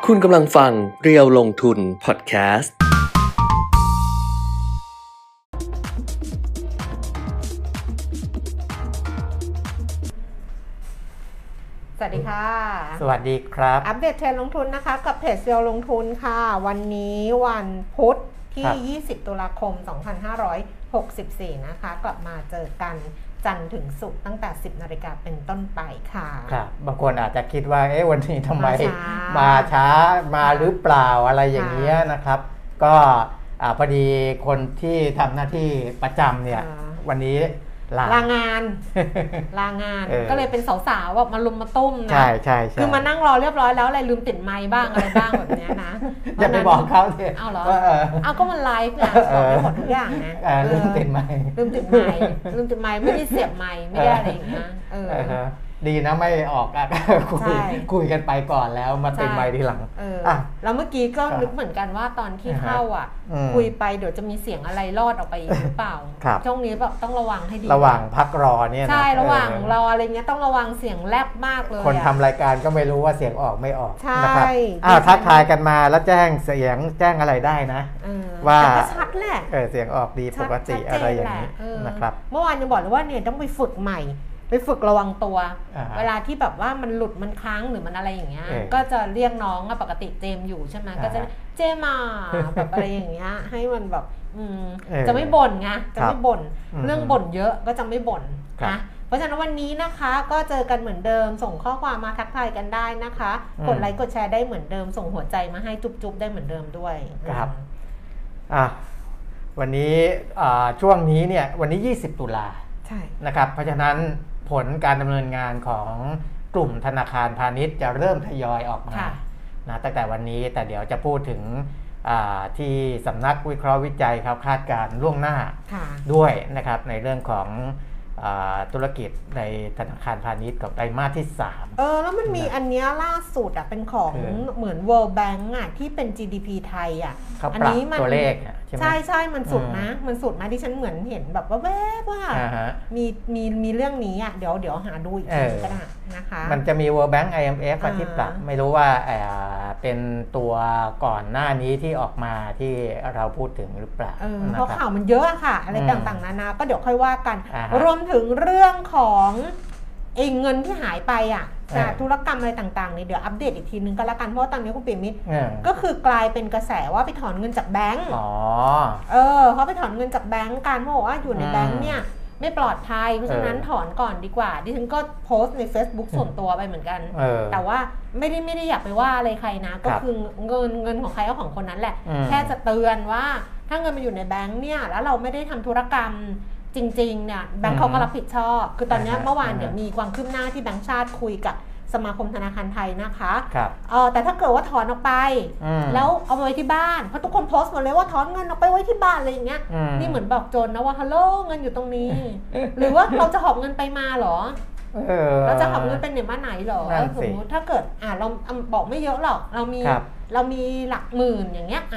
คุณกำลังฟังเรียวลงทุนพอดแคสต์สวัสดีค่ะสวัสดีครับอัปเดตเทรนด์ลงทุนนะคะกับเพจเรียวลงทุนค่ะวันนี้วันพุธที่20ตุลาคม2564นะคะกลับมาเจอกันจันทร์ถึงศุกร์ตั้งแต่ 10 นาฬิกาเป็นต้นไปค่ะครับบางคนอาจจะคิดว่าวันนี้ทำไมมาช้ามาหรือเปล่าอะไรอย่างเงี้ยนะครับก็พอดีคนที่ทำหน้าที่ประจำเนี่ยวันนี้ลางานก็เลยเป็นสาวๆแบบมาลุมมาตุ้มนะใช่คือมานั่งรอเรียบร้อยแล้วอะไรลืมติดไมค์บ้างอะไรบ้างแบบนี้นะอย่าไปบอกเขาสิเอาเหรอเอาก็มันไลฟ์นะบอกได้หมดทุกอย่างนะลืมติดไมค์ไม่ได้เสียบไมค์ไม่ได้อะไรอย่างเงี้ยดีนะไม่ออกคุยกันไปก่อนแล้วมาติดไมค์ทีหลังแล้วเมื่อกี้ก็นึกเหมือนกันว่าตอนที่เข้าคุยไปเดี๋ยวจะมีเสียงอะไรรอดออกไปหรือเปล่าช่วงนี้แบบต้องระวังให้ดีระหว่างพักรอเนี่ยใช่ระหว่างรออะไรเงี้ยต้องระวังเสียงแลบมากเลยคนทำรายการก็ไม่รู้ว่าเสียงออกไม่ออกนะครับทักทายกันมาแล้วแจ้งเสียงแจ้งอะไรได้นะว่าชัดแหละเสียงออกดีปกติอะไรอย่างนี้นะครับเมื่อวานยังบอกเลยว่าเนี่ยต้องไปฝึกใหม่ไปฝึกระวังตัวเวลาที่แบบว่ามันหลุดมันค้างหรือมันอะไรอย่างเงี้ยก็จะเรียกน้องปกติเจมอยู่ใช่ไหมก็จะเจมาแบบอะไรอย่างเงี้ยให้มันแบบจะไม่บ่นไงจะไม่บ่นเรื่องบ่นเยอะก็จะไม่บ่นนะเพราะฉะนั้นวันนี้นะคะก็เจอกันเหมือนเดิมส่งข้อความมาทักทายกันได้นะคะกดไลค์กดแชร์ได้เหมือนเดิมส่งหัวใจมาให้จุ๊บๆได้เหมือนเดิมด้วยครับวันนี้ช่วงนี้เนี่ยวันนี้20ตุลาใช่นะครับเพราะฉะนั้นผลการดำเนินงานของกลุ่มธนาคารพาณิชย์จะเริ่มทยอยออกมานะตั้งแต่วันนี้แต่เดี๋ยวจะพูดถึงที่สำนักวิเคราะห์วิจัยเขาคาดการณ์ล่วงหน้าด้วยนะครับในเรื่องของธุรกิจในธนาคารพาณิชย์กับไตรมาสที่3 แล้วมันมีอันนี้ล่าสุดเป็นของเหมือน World Bank ที่เป็น GDP ไทยอันนี้มันตัวเลขใช่มันสุดนะมันสุดนะที่ฉันเหมือนเห็นแบบว่าแวบว่ามีเรื่องนี้เดี๋ยวหาดูอีกทีก็ได้นะคะมันจะมี World Bank IMF ที่ปรับไม่รู้ว่าเป็นตัวก่อนหน้านี้ที่ออกมาที่เราพูดถึงหรือเปล่าเพราะข่าวมันเยอะค่ะอะไรต่างๆนานาก็เดี๋ยวค่อยว่ากันรวมถึงเรื่องของเงินที่หายไปจากธุรกรรมอะไรต่างๆนี่เดี๋ยวอัปเดตอีกทีนึงก็แล้วกันเพราะว่าตอนนี้คุณปิ่มมิตรก็คือกลายเป็นกระแสว่าไปถอนเงินจากแบงก์เขาไปถอนเงินจากแบงก์กันเพราะว่าอยู่ในแบงก์เนี่ยไม่ปลอดภัยเพราะฉะนั้นถอนก่อนดีกว่าดิฉันก็โพสต์ใน Facebook ส่วนตัวไปเหมือนกันแต่ว่าไม่ได้อยากไปว่าอะไรใครนะก็คือเงินของใครก็ของคนนั้นแหละแค่จะเตือนว่าถ้าเงินมันอยู่ในแบงก์เนี่ยแล้วเราไม่ได้ทำธุรกรรมจริงๆเนี่ยแบงค์เขาก็รับผิดชอบคือตอนนี้เมื่อวานเดี๋ยวมีความคืบหน้าที่แบงค์ชาติคุยกับสมาคมธนาคารไทยนะคะแต่ถ้าเกิดว่าถอนออกไปแล้วเอาไว้ที่บ้านเพราะทุกคนโพสต์หมดเลยว่าถอนเงินออกไปไว้ที่บ้านอะไรอย่างเงี้ยนี่เหมือนบอกโจรนะว่าฮัลโหลเงินอยู่ตรงนี้ หรือว่าเราจะหอบเงินไปมาหรอเราจะหอบเงินเป็นไหนมาไหนหรอสมมติถ้าเกิดเราบอกไม่เยอะหรอกเรามีหลักหมื่นอย่างเงี้ย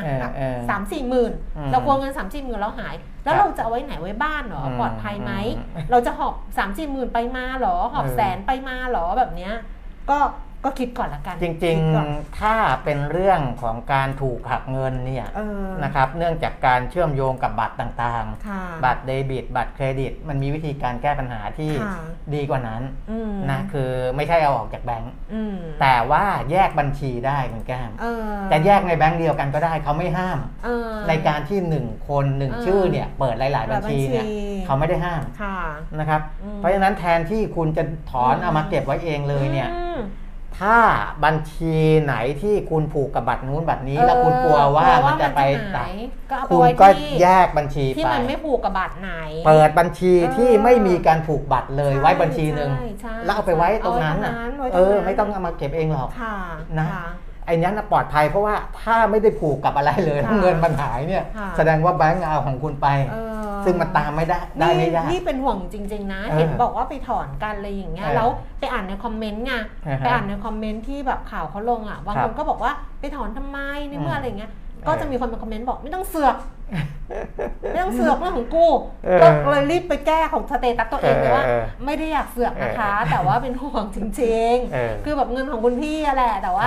3-4 หมื่นเราควรเงิน3-4 หมื่นเราหายแล้วเราจะเอาไว้ไหนไว้บ้านหรอปลอดภัยไหมเราจะหอบ3-4 หมื่นไปมาหรอหอบแสนไปมาหรอแบบเนี้ยก็คิดก่อนละกันจริงๆถ้าเป็นเรื่องของการถูกหักเงินเนี่ยนะครับเนื่องจากการเชื่อมโยงกับบัตรต่างๆบัตรเดบิตบัตรเครดิตมันมีวิธีการแก้ปัญหาที่ดีกว่านั้นนะคือไม่ใช่เอาออกจากแบงก์แต่ว่าแยกบัญชีได้คุณแก้มแต่แยกในแบงก์เดียวกันก็ได้เขาไม่ห้ามในการที่1คน1ชื่อเนี่ยเปิดหลายๆบัญชีเนี่ยเขาไม่ได้ห้ามนะครับเพราะฉะนั้นแทนที่คุณจะถอนเอามาเก็บไว้เองเลยเนี่ยถ้าบัญชีไหนที่คุณผูกกับบัตรนู้นบัตรนี้แล้วคุณกลัวว่ามันจะไปตัดคุณก็แยกบัญชีไปที่มันไม่ผูกกับบัตรไหนเปิดบัญชีที่ไม่มีการผูกบัตรเลยไว้บัญชีนึงแล้วเอาไปไว้ตรงนั้นไม่ต้องเอามาเก็บเองหรอกนะไอ้นี้นะปลอดภัยเพราะว่าถ้าไม่ได้ผูกกับอะไรเลยเงินมันหายเนี่ยแสดงว่าแบงก์เอาของคุณไปซึ่งมันตามไม่ได้ไม่ได้นี่เป็นห่วงจริงๆนะเห็นบอกว่าไปถอนกันอะไรอย่างเงี้ยแล้วไปอ่านในคอมเมนต์ไงไปอ่านในคอมเมนต์ที่แบบข่าวเขาลงบางคนก็บอกว่าไปถอนทำไมในเมื่ออะไรเงี้ยก็จะมีคนมาคอมเมนต์บอกไม่ต้องเสือกเรื่องของกูก็เลยรีบไปแก้ของสเตตัสตัวเองเลยว่าไม่ได้อยากเสือกนะคะแต่ว่าเป็นห่วงจริงๆคือแบบเงินของคุณพี่แหละแต่ว่า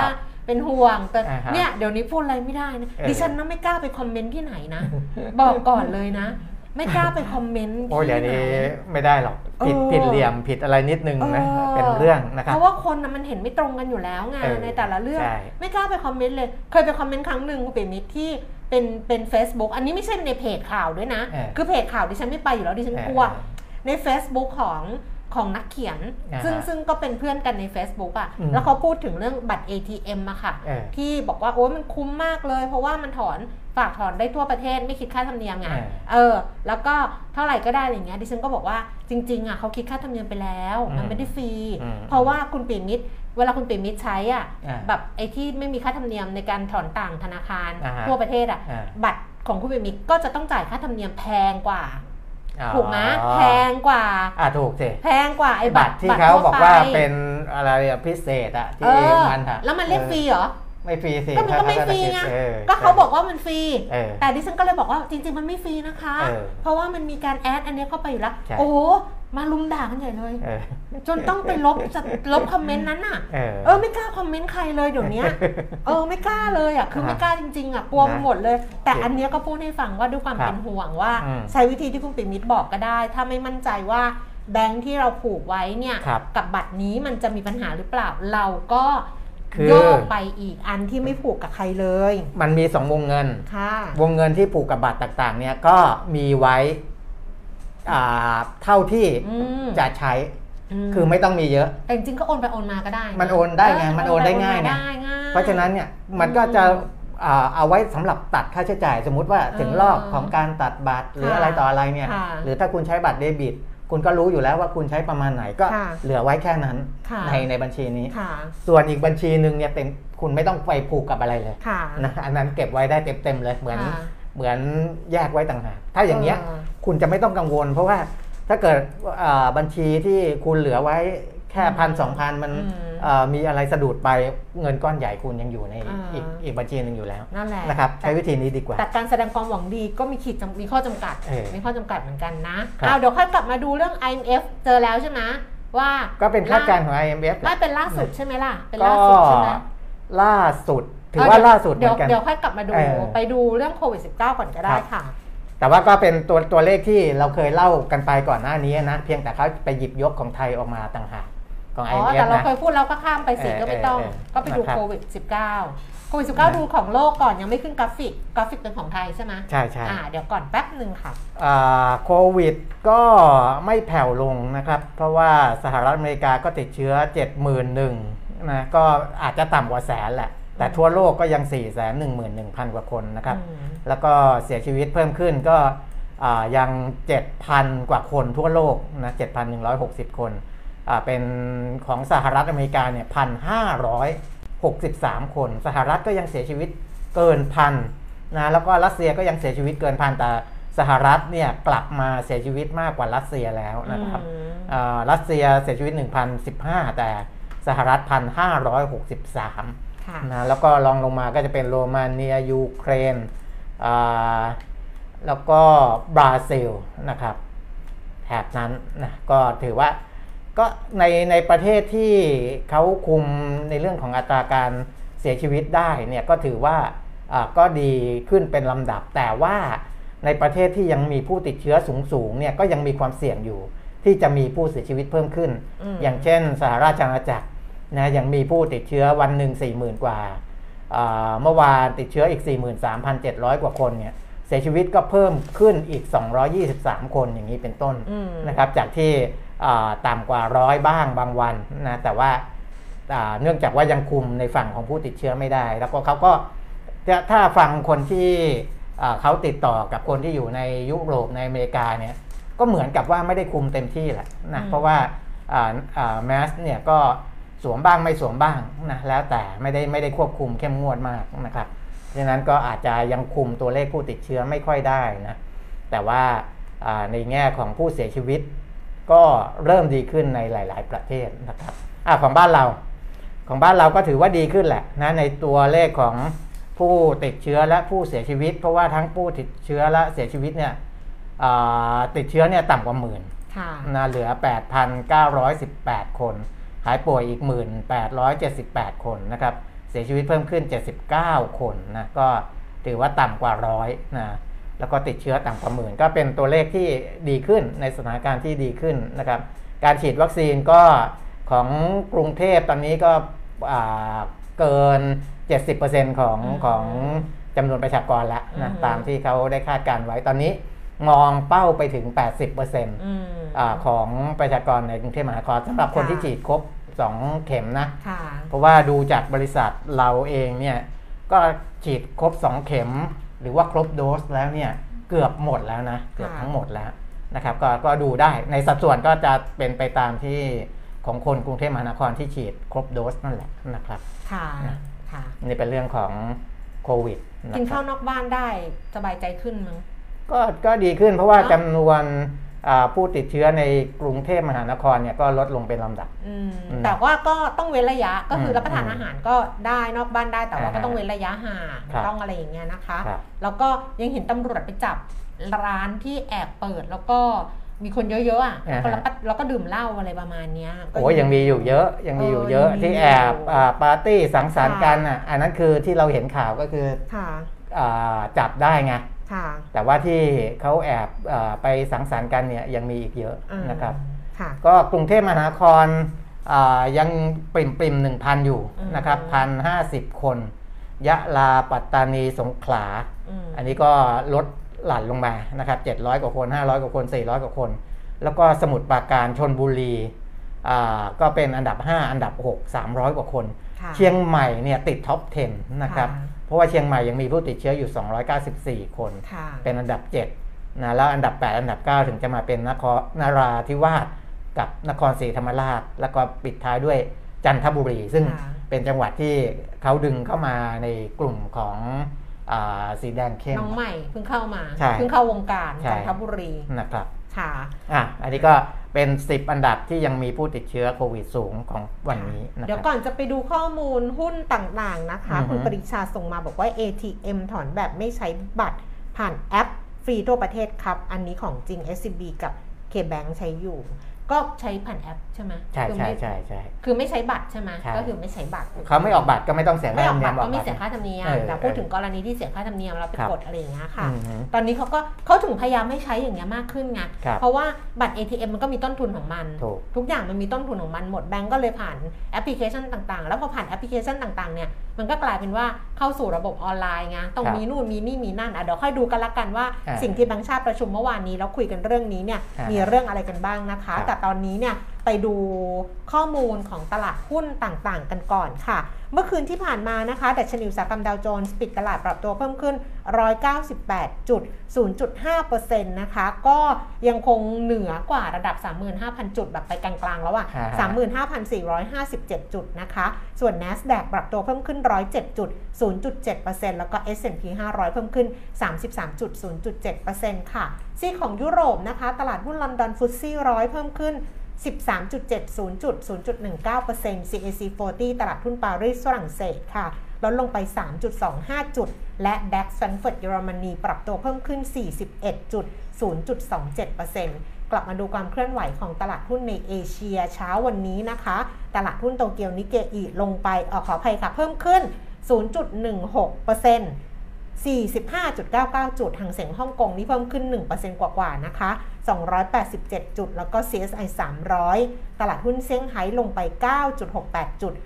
เป็นห่วงแต่เนี่ยเดี๋ยวนี้พูดอะไรไม่ได้นะดิฉันน่ะไม่กล้าไปคอมเมนต์ที่ไหนนะบอกก่อนเลยนะไม่กล้าไปคอมเมนต์โอ้เดี๋ยวนี้ไม่ได้หรอกผิดเหลี่ยมผิดอะไรนิดนึงนะเป็นเรื่องนะครับเพราะว่าคนมันเห็นไม่ตรงกันอยู่แล้วไงในแต่ละเรื่องไม่กล้าไปคอมเมนต์เลยเคยไปคอมเมนต์ครั้งหนึ่งคุณปิ่มมิตรที่เป็น Facebook อันนี้ไม่ใช่ในเพจข่าวด้วยนะคือเพจข่าวดิฉันไม่ไปอยู่แล้วดิฉันกลัวใน Facebook ของนักเขียนซึ่งก็เป็นเพื่อนกันใน Facebook อ่ะแล้วเขาพูดถึงเรื่องบัตร ATM อะค่ะที่บอกว่าโอ้ยมันคุ้มมากเลยเพราะว่ามันฝากถอนได้ทั่วประเทศไม่คิดค่าธรรมเนียมไงแล้วก็เท่าไหร่ก็ได้อะไรเงี้ยดิฉันก็บอกว่าจริงๆอ่ะเขาคิดค่าธรรมเนียมไปแล้วมันไม่ได้ฟรีเพราะว่าคุณปิ่มมิตรเวลาคุณปิ่มมิตรใช้อ่ะแบบไอ้ที่ไม่มีค่าธรรมเนียมในการถอนต่างธนาคารทั่วประเทศอ่ะบัตรของคุณปิ่มมิตรก็จะต้องจ่ายค่าธรรมเนียมแพงกว่าถูกไหมแพงกว่าถูกสิแพงกว่าไอ้บัตรที่เขาบอกว่าเป็นอะไรพิเศษอะที่มันแล้วมันเรียกฟรีเหรอไม่ฟรีสิก็มันก็ไม่ฟรีไงก็เขาบอกว่ามันฟรีแต่ดิฉันก็เลยบอกว่าจริงๆมันไม่ฟรีนะคะเพราะว่ามันมีการแอดอันนี้เข้าไปอยู่แล้วโอ้มาลุมด่ากันใหญ่เลยจนต้องไปลบคอมเมนต์นั้นอ่ะไม่กล้าคอมเมนต์ใครเลยเดี๋ยวนี้ไม่กล้าเลยอ่ะคือไม่กล้าจริงๆอ่ะกลัวหมดเลยแต่อันนี้ก็พูดให้ฟังว่าด้วยความเป็นห่วงว่าใช้วิธีที่คุณปิ่มมิตรบอกก็ได้ถ้าไม่มั่นใจว่าแบงค์ที่เราผูกไว้เนี่ยกับบัตรนี้มันจะมีปัญหาหรือเปล่าเราก็โยกไปอีกอันที่ไม่ผูกกับใครเลยมันมี2วงเงินวงเงินที่ผูกกับบัตรต่างๆเนี่ยก็มีไว้เท่าที่จะใช้คือไม่ต้องมีเยอะแต่จริงๆก็โอนไปโอนมาก็ได้มันโอนได้ไงมันโอนได้ง่ายไงเพราะฉะนั้นเนี่ยมันก็จะเอาไว้สำหรับตัดค่าใช้จ่ายสมมุติว่าถึงรอบของการตัดบัตรหรืออะไรต่ออะไรเนี่ยหรือถ้าคุณใช้บัตรเดบิตคุณก็รู้อยู่แล้วว่าคุณใช้ประมาณไหนก็เหลือไว้แค่นั้นในบัญชีนี้ส่วนอีกบัญชีนึงเนี่ยคุณไม่ต้องไปผูกกับอะไรเลยนะอันนั้นเก็บไว้ได้เต็มๆเลยเหมือนแยกไว้ต่างหากถ้าอย่างเงี้ยคุณจะไม่ต้องกังวลเพราะว่าถ้าเกิดบัญชีที่คุณเหลือไว้แค่1,000-2,000มันมีอะไรสะดุดไปเงินก้อนใหญ่คุณยังอยู่ในอีกบัญชีนึงอยู่แล้วนั่นแหละนะครับใช้วิธีนี้ดีกว่าแต่การแสดงความหวังดีก็มีข้อจำกัดมีข้อจำกัดเหมือนกันนะเดี๋ยวค่อยกลับมาดูเรื่อง IMF เจอแล้วใช่ไหมว่าก็เป็นคาดการณ์ของ IMF ไม่เป็นล่าสุดใช่ไหมล่ะเป็นล่าสุดใช่ไหมล่าสุดถือว่าล่าสุดเหมือนกันเดี๋ยวค่อยกลับมาดูไปดูเรื่องโควิด -19 ก่อนก็ได้ค่ะแต่ว่าก็เป็นตัวเลขที่เราเคยเล่ากันไปก่อนหน้านี้นะเพียงแต่เขาไปหยิบยกของไทยออกมาต่างหากของ IMF แต่เราเคยพูดแล้วก็ข้ามไปสิก็ไม่ต้องก็ไปดูโควิด -19 โควิด -19 ดูของโลกก่อนยังไม่ขึ้นกราฟิกเป็นของไทยใช่ไหมใช่เดี๋ยวก่อนแป๊บนึงค่ะโควิดก็ไม่แผ่วลงนะครับเพราะว่าสหรัฐอเมริกาก็ติดเชื้อ 71,000 นะก็อาจจะต่ำกว่าแสนแหละแต่ทั่วโลกก็ยัง 411,000 กว่าคนนะครับแล้วก็เสียชีวิตเพิ่มขึ้นก็ยัง 7,000 กว่าคนทั่วโลกนะ 7,160 คนเป็นของสหรัฐอเมริกาเนี่ย 1,563 คนสหรัฐก็ยังเสียชีวิตเกิน 1,000 นะแล้วก็รัสเซียก็ยังเสียชีวิตเกิน 1,000 แต่สหรัฐเนี่ยกลับมาเสียชีวิตมากกว่ารัสเซียแล้วนะครับรัสเซียเสียชีวิต 1,015 แต่สหรัฐ 1,563 นะแล้วก็รองลงมาก็จะเป็นโรมาเนียยูเครนแล้วก็บราซิลนะครับแถบนั้นนะก็ถือว่าก็ในประเทศที่เขาคุมในเรื่องของอัตราการเสียชีวิตได้เนี่ยก็ถือว่าก็ดีขึ้นเป็นลำดับแต่ว่าในประเทศที่ยังมีผู้ติดเชื้อสูงเนี่ยก็ยังมีความเสี่ยงอยู่ที่จะมีผู้เสียชีวิตเพิ่มขึ้นอย่างเช่นสหราชอาณาจักรนะยังมีผู้ติดเชื้อวันหนึ่ง 40,000 กว่าเมื่อวานติดเชื้ออีก 43,700 กว่าคนเนี่ยเสียชีวิตก็เพิ่มขึ้นอีก223คนอย่างนี้เป็นต้นนะครับจากที่ต่ำกว่า100บ้างบางวันนะแต่ว่าเนื่องจากว่ายังคุมในฝั่งของผู้ติดเชื้อไม่ได้แล้วก็เขาก็ถ้าฟังคนที่เขาติดต่อกับคนที่อยู่ในยุโรปในอเมริกาเนี่ยก็เหมือนกับว่าไม่ได้คุมเต็มที่แหละนะเพราะว่าแมสเนี่ยก็สวมบ้างไม่สวมบ้างนะแล้วแต่ไม่ได้ควบคุมเข้มงวดมากนะครับดังนั้นก็อาจจะยังคุมตัวเลขผู้ติดเชื้อไม่ค่อยได้นะแต่ว่าในแง่ของผู้เสียชีวิตก็เริ่มดีขึ้นในหลายๆประเทศนะครับของบ้านเราก็ถือว่าดีขึ้นแหละนะในตัวเลขของผู้ติดเชื้อและผู้เสียชีวิตเพราะว่าทั้งผู้ติดเชื้อและเสียชีวิตเนี่ยติดเชื้อเนี่ยต่ำกว่า10,000นะเหลือ 8,918 คนหายป่วยอีก 1,878 คนนะครับสียชีวิตเพิ่มขึ้น79คนนะก็ถือว่าต่ำกว่า100นะแล้วก็ติดเชื้อต่ำกว่าหมื่นก็เป็นตัวเลขที่ดีขึ้นในสถานการณ์ที่ดีขึ้นนะครับการฉีดวัคซีนก็ของกรุงเทพตอนนี้ก็เกิน 70% ของจำนวนประชากรแล้วนะตามที่เขาได้คาดการไว้ตอนนี้มองเป้าไปถึง 80% ของประชากรในกรุงเทพมหานครสำหรับคนที่ฉีดครบ2 เข็มนะเพราะว่าดูจากบริษัทเราเองเนี่ยก็ฉีดครบ2 เข็มหรือว่าครบโดสแล้วเนี่ยเกือบหมดแล้วนะเกือบทั้งหมดแล้วนะครับก็ดูได้ในสัดส่วนก็จะเป็นไปตามที่ของคนกรุงเทพมหานครที่ฉีดครบโดสนั่นแหละนะครับค่ะนี่เป็นเรื่องของโควิดกินข้าวนอกบ้านได้สบายใจขึ้นมั้งก็ดีขึ้นเพราะว่าจำนวนผู้ติดเชื้อในกรุงเทพมหานครเนี่ยก็ลดลงเป็นลำดับแต่ว่าก็ต้องเว้นระยะก็คือรับประทานอาหารก็ได้นอกบ้านได้แต่ว่าก็ต้องเว้นระยะห่างต้องอะไรอย่างเงี้ยนะคะแล้วก็ยังเห็นตำรวจไปจับร้านที่แอบเปิดแล้วก็มีคนเยอะๆอ่ะแล้วก็ดื่มเหล้าอะไรประมาณนี้โอ้ยังมีอยู่เยอะยังมีอยู่เยอะที่แอบปาร์ตี้สังสรรค์กันอ่ะอันนั้นคือที่เราเห็นข่าวก็คือจับได้ไงแต่ว่าที่เขาแอบไปสังสรรค์กันเนี่ยยังมีอีกเยอะนะครับก็กรุงเทพมหานครยังปริ่ม 1,000 อยู่นะครับ 1,050 คนยะลาปัตตานีสงขลาอันนี้ก็ลดหลั่นลงมานะครับ700 กว่าคน500 กว่าคน400 กว่าคนแล้วก็สมุทรปราการชลบุรีก็เป็นอันดับ5อันดับ6 300 กว่าคนเชียงใหม่เนี่ยติดท็อป 10 นะครับเพราะว่าเชียงใหม่ยังมีผู้ติดเชื้ออยู่294 คนเป็นอันดับ7นะแล้วอันดับ8อันดับ9ถึงจะมาเป็นนราธิวาสกับนครศรีธรรมราชแล้วก็ปิดท้ายด้วยจันทบุรีซึ่งเป็นจังหวัดที่เขาดึงเข้ามาในกลุ่มของสีแดงเข้มน้องใหม่เพิ่งเข้ามาเพิ่งเข้าวงการจันทบุรีนะครับค่ะอันนี้ก็เป็น10อันดับที่ยังมีผู้ติดเชื้อโควิดสูงของวันนี้เดี๋ยวก่อนจะไปดูข้อมูลหุ้นต่างๆนะคะคุณปริชาส่งมาบอกว่า ATM ถอนแบบไม่ใช้บัตรผ่านแอปฟรีทั่วประเทศครับอันนี้ของจริง SCB กับ KBank ใช้อยู่ก็ใช้ผ่านแอปใช่ไหมใช่คือไม่ใช้บัตรใช่ไหมก็คือไม่ใช้บัตรเขาไม่ออกบัตรก็ไม่ต้องเสียค่าธรรมเนียมก็ไม่เสียค่าธรรมเนียมแต่พูดถึงกรณีที่เสียค่าธรรมเนียมเราไปกดอะไรอย่างเงี้ยค่ะตอนนี้เขาถึงพยายามไม่ใช้อย่างเงี้ยมากขึ้นไงเพราะว่าบัตร ATM มันก็มีต้นทุนของมันทุกอย่างมันมีต้นทุนของมันหมดแบงก์ก็เลยผ่านแอปพลิเคชันต่างๆแล้วพอผ่านแอปพลิเคชันต่างๆเนี่ยมันก็กลายเป็นว่าเข้าสู่ระบบออนไลน์ไงต้องมีนู่นมีนี่มีนั่นเดี๋ยวค่อยดูกันละกันว่าสิ่งที่แบงก์ชาติประชุมเมื่อวานนี้แล้วคุยกันเรื่องนี้เนี่ยมีเรื่องอะไรกันบ้างนะคะแต่ตอนนี้เนี่ยไปดูข้อมูลของตลาดหุ้นต่างๆกันก่อนค่ะเมื่อคืนที่ผ่านมานะคะดัชนีอุตสาหกรรมดาวโจนส์ปิดตลาดปรับตัวเพิ่มขึ้น 198.0.5% นะคะก็ยังคงเหนือกว่าระดับ 35,000 จุดแบบไปกลางๆแล้วอ่ะ 35,457 จุดนะคะส่วน NASDAQ ปรับตัวเพิ่มขึ้น 107.0.7% แล้วก็ S&P 500 เพิ่มขึ้น 33.0.7% ค่ะซีของยุโรปนะคะตลาดหุ้นลอนดอนฟุตซี่100เพิ่มขึ้น13.70.0.19% CAC 40 ตลาดหุ้นปารีสฝรั่งเศสค่ะลดลงไป 3.25 จุดและ DAX แฟรงก์เฟิร์ตเยอรมนีปรับตัวเพิ่มขึ้น 41.0.27% กลับมาดูความเคลื่อนไหวของตลาดหุ้นในเอเชียเช้าวันนี้นะคะตลาดหุ้นโตเกียวนิเกอิลงไปขออภัยค่ะเพิ่มขึ้น 0.16%45.99 จุดหางเสียงฮ่องกงนี่เพิ่มขึ้น 1% กว่าๆนะคะ287 จุดแล้วก็ CSI 300ตลาดหุ้นเซี่ยงไฮ้ลงไป 9.68 จุด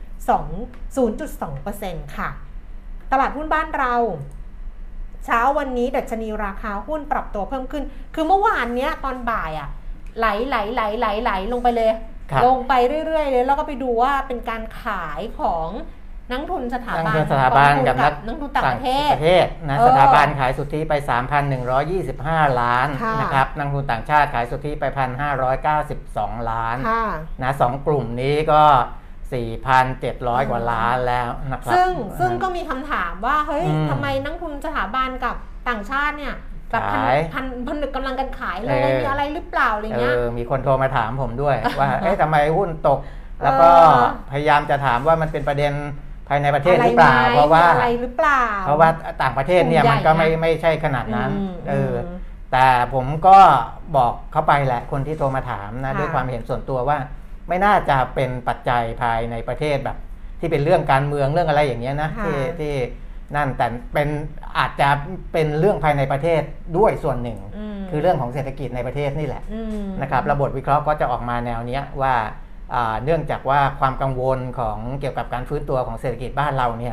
0.2% ค่ะตลาดหุ้นบ้านเราเช้าวันนี้ดัชนีราคาหุ้นปรับตัวเพิ่มขึ้นคือเมื่อวานเนี้ยตอนบ่ายไหลลงไปเลยลงไปเรื่อยๆเลยแล้วก็ไปดูว่าเป็นการขายของนักทุนสถาบันกับนักทุนต่างประเทศนะสถาบันขายสุทธิไป 3,125 ล้านนะครับนักทุนต่างชาติขายสุทธิไป 1,592 ล้านนะ2กลุ่มนี้ก็ 4,700 กว่าล้านแล้วนะครับซึ่งก็มีคำถามว่าเฮ้ยทำไมนักทุนสถาบันกับต่างชาติเนี่ยแบบพันกำลังกันขายเลยมีอะไรหรือเปล่าอะไรเงี้ยมีคนโทรมาถามผมด้วยว่าทำไมหุ้นตกแล้วก็พยายามจะถามว่ามันเป็นประเด็นภายในประเทศหรือเปล่าเพราะว่าต่างประเทศเนี่ยมันก็ไม่ใช่ขนาดนั้นแต่ผมก็บอกเขาไปแหละคนที่โทรมาถามนะด้วยความเห็นส่วนตัวว่าไม่น่าจะเป็นปัจจัยภายในประเทศแบบที่เป็นเรื่องการเมืองเรื่องอะไรอย่างเงี้ยนะที่นั่นแต่เป็นอาจจะเป็นเรื่องภายในประเทศด้วยส่วนหนึ่งคือเรื่องของเศรษฐกิจในประเทศนี่แหละนะครับระบบวิเคราะห์ก็จะออกมาแนวนี้ว่าเนื่องจากว่าความกังวลของเกี่ยวกับการฟื้นตัวของเศรษฐกิจบ้านเราเนี่ย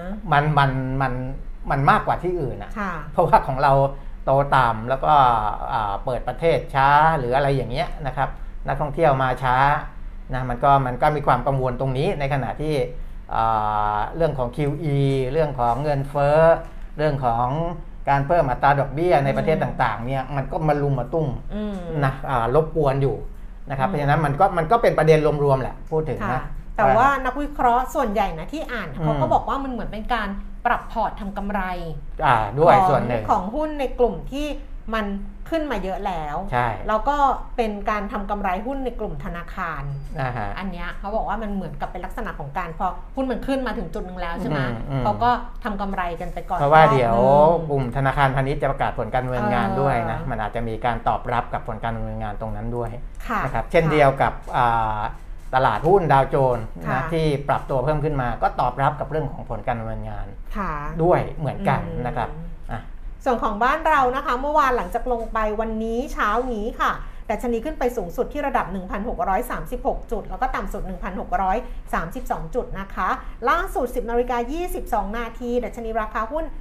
มันมากกว่าที่อื่นนะเพราะว่าของเราโตต่ำแล้วก็เปิดประเทศช้าหรืออะไรอย่างเงี้ยนะครับนักท่องเที่ยวมาช้านะมันก็มีความกังวลตรงนี้ในขณะที่เรื่องของ QE เรื่องของเงินเฟ้อเรื่องของการเพิ่มอัตราดอกเบี้ยในประเทศต่างๆเนี่ยมันก็มาลุมมาตุ้มนะรบกวนอยู่นะครับเพราะฉะนั้นมันก็เป็นประเด็นรวมๆแหละพูดถึงนะแต่ว่านักวิเคราะห์ส่วนใหญ่นะที่อ่านเขาก็บอกว่ามันเหมือนเป็นการปรับพอร์ตทำกำไรด้วยส่วนหนึ่งของหุ้นในกลุ่มที่มันขึ้นมาเยอะแล้วแล้วก็เป็นการทำกำไรหุ้นในกลุ่มธนาคารอันนี้เขาบอกว่ามันเหมือนกับเป็นลักษณะของการพอหุ้นมันขึ้นมาถึงจุดนึงแล้วใช่ไหมเขาก็ทำกำไรกันไปก่อนเพราะว่าเดี๋ยวกลุ่มธนาคารพาณิชย์จะประกาศผลการดำเนินงานด้วยนะมันอาจจะมีการตอบรับกับผลการดำเนินงานตรงนั้นด้วยนะครับเช่นเดียวกับตลาดหุ้นดาวโจนส์นะที่ปรับตัวเพิ่มขึ้นมาก็ตอบรับกับเรื่องของผลการดำเนินงานด้วยเหมือนกันนะครับส่วนของบ้านเรานะคะเมื่อวานหลังจากลงไปวันนี้เช้านี้ค่ะดัชนีขึ้นไปสูงสุดที่ระดับ 1,636 จุดแล้วก็ต่ำสุด 1,632 จุดนะคะล่าสุด 10:22 น.ดัชนีราคาหุ้น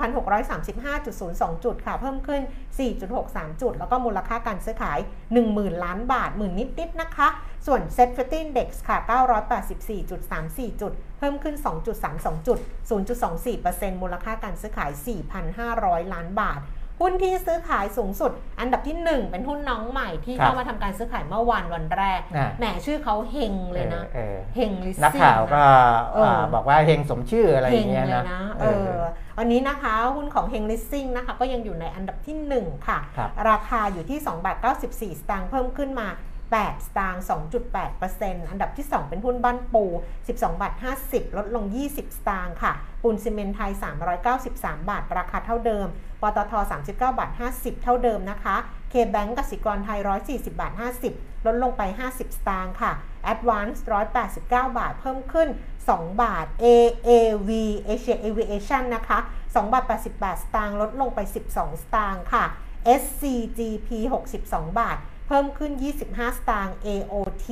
1,635.02 จุดค่ะเพิ่มขึ้น 4.63 จุดแล้วก็มูลค่าการซื้อขาย 10,000 ล้านบาทหมื่นนิดๆนะคะส่วน Set 50 Index ค่ะ 984.34 จุดเพิ่มขึ้น 2.32 จุด 0.24% มูลค่าการซื้อขาย 4,500 ล้านบาทหุ้นที่ซื้อขายสูงสุดอันดับที่1เป็นหุ้นน้องใหม่ที่เข้ามาทำการซื้อขายเมื่อวันแรกแหมชื่อเขาเฮงเลยนะเฮงลิสซิ่งนักข่าวก็บอกว่าเฮงสมชื่ออะไรอย่างเงี้ยนะวันนี้นะคะหุ้นของเฮงลิสซิ่งนะคะก็ยังอยู่ในอันดับที่1ค่ะราคาอยู่ที่2.94 สตางค์เพิ่มขึ้นมา8 สตางค์ 2.8% อันดับที่2เป็นหุ้นบ้านปู12.50 ลดลง20 สตางค์ค่ะปูนซีเมนต์ไทย393 บาทราคาเท่าเดิมปตท39.50 เท่าเดิมนะคะเคแบงก์กสิกรไทย140.50 ลดลงไป50 สตางค์ค่ะ Advance 189 บาทเพิ่มขึ้น2 บาท AAV Asia Aviation นะคะ2.88 สตางค์ลดลงไป12 สตางค์ค่ะ SCGP 62 บาทเพิ่มขึ้น25 สตางค์ AOT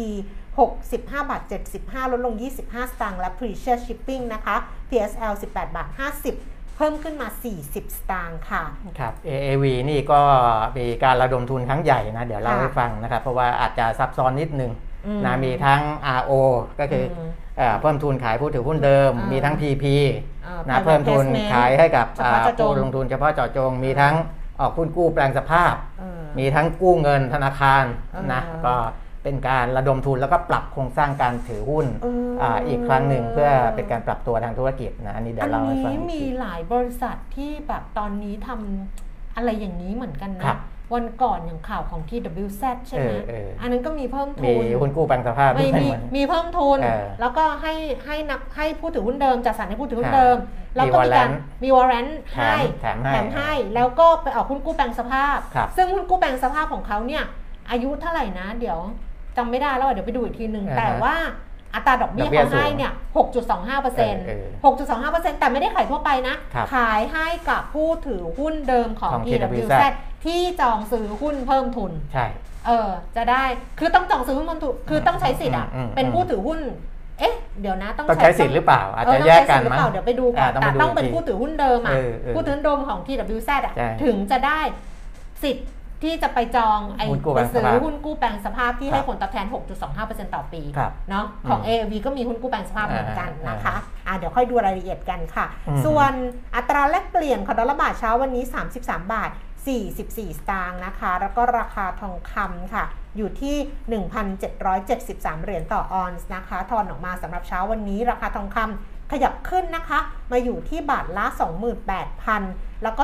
65.75 ลดลง25 สตางค์และ Precious Shipping นะคะ PSL 18.50 เพิ่มขึ้นมา40 สตางค์ค่ะครับ AAV นี่ก็มีการระดมทุนครั้งใหญ่นะเดี๋ยวเล่าให้ฟังนะครับเพราะว่าอาจจะซับซ้อนนิดนึงนะมีทั้ง RO ก็คือเพิ่มทุนขายผู้ถือหุ้นเดิมมีทั้ง PP นะเพิ่มทุนขายให้กับผู้ลงทุนเฉพาะเจาะจงมีทั้งออกหุ้นกู้แปลงสภาพมีทั้งกู้เงินธนาคารนะก็เป็นการระดมทุนแล้วก็ปรับโครงสร้างการถือหุ้นอีกครั้งหนึ่งเพื่อเป็นการปรับตัวทางธุรกิจนะอันนี้เดี๋ยวเราให้ฟังมีหลายบริษัทที่แบบตอนนี้ทำอะไรอย่างนี้เหมือนกันนะวันก่อนอย่างข่าวของ TWZ ใช่ไหมอันนั้นก็มีเพิ่มทุนมีหุ้นกู้แปลงสภาพมีเพิ่มทุนแล้วก็ให้ผู้ถือหุ้นเดิมจัดสรรให้ผู้ถือหุ้นเดิมแล้วก็มีการมีวอร์เรนต์ให้แถมให้แล้วก็ไปออกหุ้นกู้แปลงสภาพซึ่งหุ้นกู้แปลงสภาพของเขาเนี่ยอายุเท่าไหร่นะเดี๋ยวจำไม่ได้แล้วเดี๋ยวไปดูอีกทีนึงแต่ว่าอัตราดอกเบี้ยเขาให้เนี่ย 6.25% 6.25% แต่ไม่ได้ขายทั่วไปนะขายให้กับผู้ถือหุ้นเดิมของ TWZ ที่จองซื้อหุ้นเพิ่มทุนใช่จะได้คือต้องจองซื้อหุ้นเพิ่มทุนคือต้องใช้สิทธิ์เป็นผู้ถือหุ้นเดี๋ยวนะต้องใช้สิทธิ์หรือเปล่าอาจจะแยกกันมั้ยเดี๋ยวไปดูก่อนแต่ต้องเป็นผู้ถือหุ้นเดิมผู้ถือหุ้นเดิมของ TWZ ถึงจะได้สิทธิ์ที่จะไปจองไปซื้อหุ้นกู้แปลงสภาพที่ให้ผลตอบแทน 6.25% ต่อปีเนาะของ AAV ก็มีหุ้นกู้แปลงสภาพเหมือนกันนะคะเดี๋ยวค่อยดูรายละเอียดกันค่ะส่วนอัตราแลกเปลี่ยนของดอลลาร์บาทเช้าวันนี้33.44 บาทสตางค์นะคะแล้วก็ราคาทองคำค่ะอยู่ที่ 1,773 เหรียญต่อออนซ์นะคะทอนออกมาสำหรับเช้าวันนี้ราคาทองคำขยับขึ้นนะคะมาอยู่ที่บาทละ 28,000 แล้วก็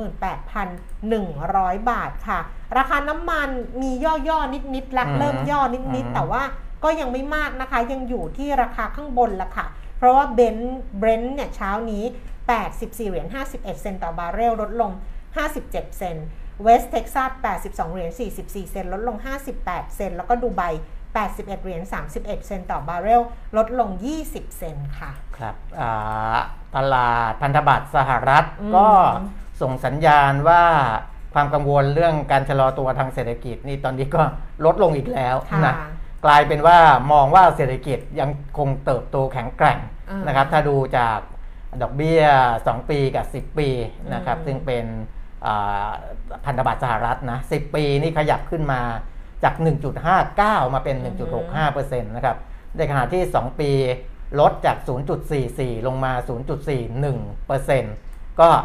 28,100 บาทค่ะราคาน้ำมันมีย่อนิดๆแล้วเริ่มย่อนิดๆแต่ว่าก็ยังไม่มากนะคะยังอยู่ที่ราคาข้างบนละค่ะเพราะว่าเบรนท์เนี่ยเช้านี้84.51 เหรียญต่อบาร์เรลลดลง57 เซนต์เวสต์เท็กซัส82.44 เหรียญลดลง58 เซนต์แล้วก็ดูไบ $81.31 ต่อบาร์เรลลดลง20 เซนต์ค่ะครับตลาดพันธบัตรสหรัฐก็ส่งสัญญาณว่าความกังวลเรื่องการชะลอตัวทางเศรษฐกิจนี่ตอนนี้ก็ลดลงอีกแล้วนะกลายเป็นว่ามองว่าเศรษฐกิจยังคงเติบโตแข็งแกร่งนะครับถ้าดูจากดอกเบี้ย2ปีกับ10ปีนะครับซึ่งเป็นพันธบัตรสหรัฐนะ10ปีนี่ขยับขึ้นมาจาก 1.59 มาเป็น 1.65% นะครับในขณะที่2ปีลดจาก 0.44 ลงมา 0.41% ก็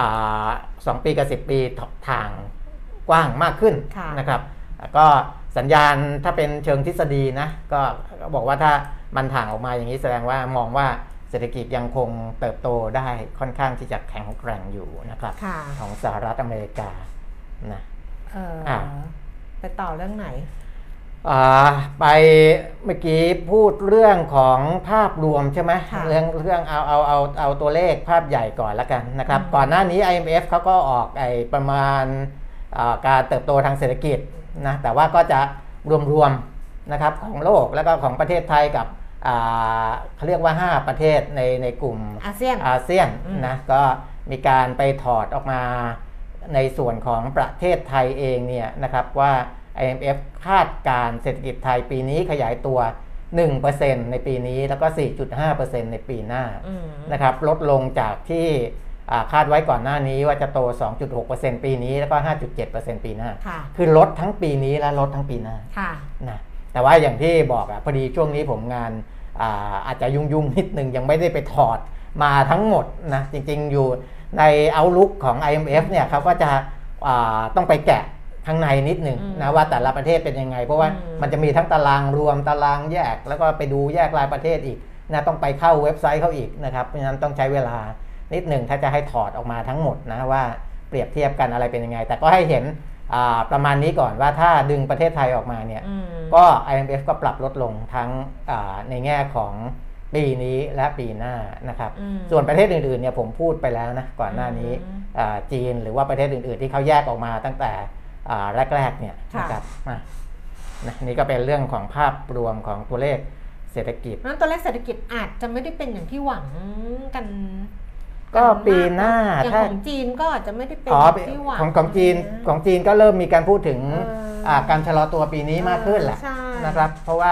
2ปีกับ10ปีทางกว้างมากขึ้นนะครับก็สัญญาณถ้าเป็นเชิงทฤษฎีนะก็บอกว่าถ้ามันถ่างออกมาอย่างนี้แสดงว่ามองว่าเศรษฐกิจยังคงเติบโตได้ค่อนข้างที่จะแข็งแกร่งอยู่นะครับของสหรัฐอเมริกานะไปต่อเรื่องไหนไปเมื่อกี้พูดเรื่องของภาพรวมใช่ไหมเรื่องเอาตัวเลขภาพใหญ่ก่อนละกันนะครับก่อนหน้านี้ IMF เขาก็ออกประมาณการเติบโตทางเศรษฐกิจนะแต่ว่าก็จะรวมๆนะครับของโลกแล้วก็ของประเทศไทยกับเขาเรียกว่า5ประเทศในกลุ่มอาเซียนนะก็มีการไปถอดออกมาในส่วนของประเทศไทยเองเนี่ยนะครับว่า IMF คาดการเศรษฐกิจไทยปีนี้ขยายตัว 1% ในปีนี้แล้วก็ 4.5% ในปีหน้านะครับลดลงจากที่คาดไว้ก่อนหน้านี้ว่าจะโต 2.6% ปีนี้แล้วก็ 5.7% ปีหน้าคือลดทั้งปีนี้และลดทั้งปีหน้านะแต่ว่าอย่างที่บอกพอดีช่วงนี้ผมงานอาจจะยุ่งนิดนึงยังไม่ได้ไปถอดมาทั้งหมดนะจริงๆอยู่ใน Outlook ของ IMF เนี่ยเขาก็จะต้องไปแกะข้างในนิดนึงนะว่าแต่ละประเทศเป็นยังไงเพราะว่ามันจะมีทั้งตารางรวมตารางแยกแล้วก็ไปดูแยกรายประเทศอีกนะต้องไปเข้าเว็บไซต์เขาอีกนะครับเพราะฉะนั้นต้องใช้เวลานิดหนึ่งถ้าจะให้ถอดออกมาทั้งหมดนะว่าเปรียบเทียบกันอะไรเป็นยังไงแต่ก็ให้เห็นประมาณนี้ก่อนว่าถ้าดึงประเทศไทยออกมาเนี่ยก็ IMF ก็ปรับลดลงทั้งในแง่ของปีนี้และปีหน้านะครับส่วนประเทศอื่นๆเนี่ยผมพูดไปแล้วนะก่อนหน้านี้จีนหรือว่าประเทศอื่นๆที่เขาแยกออกมาตั้งแต่แรกๆเนี่ยนะครับนี่ก็เป็นเรื่องของภาพรวมของตัวเลขเศรษฐกิจนั้นตัวเลขเศรษฐกิจอาจจะไม่ได้เป็นอย่างที่หวังกันก็ปีหน้าอย่างของจีนก็อาจจะไม่ได้เป็นที่หวังของจีนก็เริ่มมีการพูดถึงการชะลอตัวปีนี้มากขึ้นแหละนะครับเพราะว่า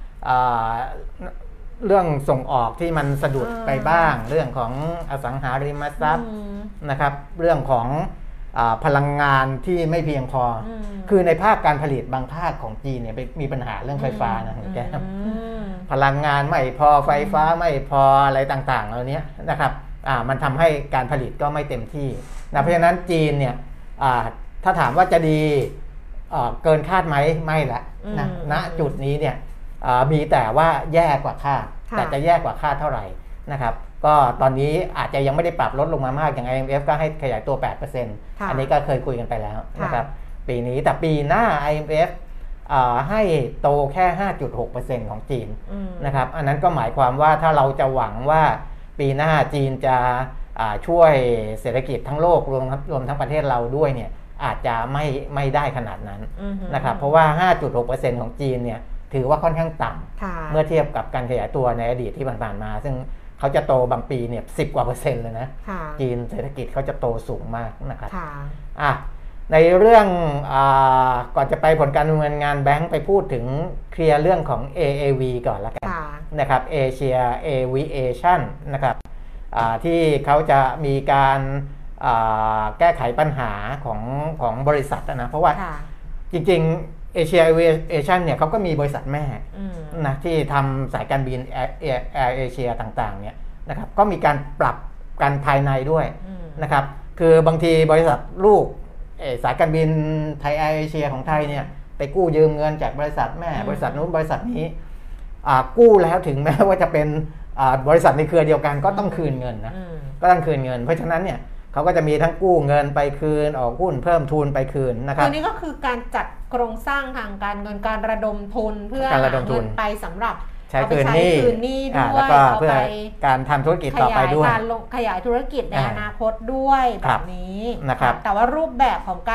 เรื่องส่งออกที่มันสะดุดไปบ้างเรื่องของอสังหาริมทรัพย์นะครับเรื่องของพลังงานที่ไม่เพียงพอคือในภาคการผลิตบางภาคของจีนเนี่ยมีปัญหาเรื่องไฟฟ้านะแกพลังงานไม่พอไฟฟ้าไม่พออะไรต่างๆเหล่านี้นะครับมันทำให้การผลิตก็ไม่เต็มที่นะเพราะฉะนั้นจีนเนี่ยถ้าถามว่าจะดีเกินคาดไหมไม่ละนะณจุดนี้เนี่ยมีแต่ว่าแย่กว่าคาดแต่จะแย่กว่าคาดเท่าไหร่นะครับก็ตอนนี้อาจจะยังไม่ได้ปรับลดลงมามากอย่าง IMF ก็ให้ขยายตัว 8% อันนี้ก็เคยคุยกันไปแล้วนะครับปีนี้แต่ปีหน้า IMF ให้โตแค่ 5.6% ของจีนนะครับอันนั้นก็หมายความว่าถ้าเราจะหวังว่าปีหน้าจีนจะช่วยเศรษฐกิจทั้งโลกรวมทั้งประเทศเราด้วยเนี่ยอาจจะไม่ได้ขนาดนั้นนะครับเพราะว่า 5.6% ของจีนเนี่ยถือว่าค่อนข้างต่ำเมื่อเทียบกับการขยายตัวในอดีตที่ผ่านๆมาซึ่งเขาจะโตบางปีเนี่ย10 กว่า%เลยนะจีนเศรษฐกิจเขาจะโตสูงมากนะครับในเรื่องก่อนจะไปผลการดำเนินงานแบงก์ไปพูดถึงเคลียร์เรื่องของ AAV ก่อนละกันนะครับ Asia Aviation นะครับที่เขาจะมีการแก้ไขปัญหาของบริษัทนะเพราะว่าจริงๆ Asia Aviation เนี่ยเขาก็มีบริษัทแม่นะที่ทำสายการบิน Air Asia ต่างๆเนี่ยนะครับก็มีการปรับกันภายในด้วยนะครับคือบางทีบริษัทลูกสายการบินไทยแอร์เอเชียของไทยเนี่ยไปกู้ยืมเงินจากบริษัทแม่บริษัทนู้นบริษัทนี้กู้แล้วถึงแม้ว่าจะเป็นบริษัทในเครือเดียวกันก็ต้องคืนเงินนะก็ต้องคืนเงินเพราะฉะนั้นเนี่ยเขาก็จะมีทั้งกู้เงินไปคืนออกหุ้นเพิ่มทุนไปคืนนะครับอันนี้ก็คือการจัดโครงสร้างทางการเงินการระดมทุนเพื่อหาเงินไปสำหรับใช้คืนหนี้ด้วยเพื่อการทำธุรกิจต่อไปด้วยขยายธุรกิจในอนาคตด้วยแบบนี้นะครับแต่ว่ารูปแบบของการ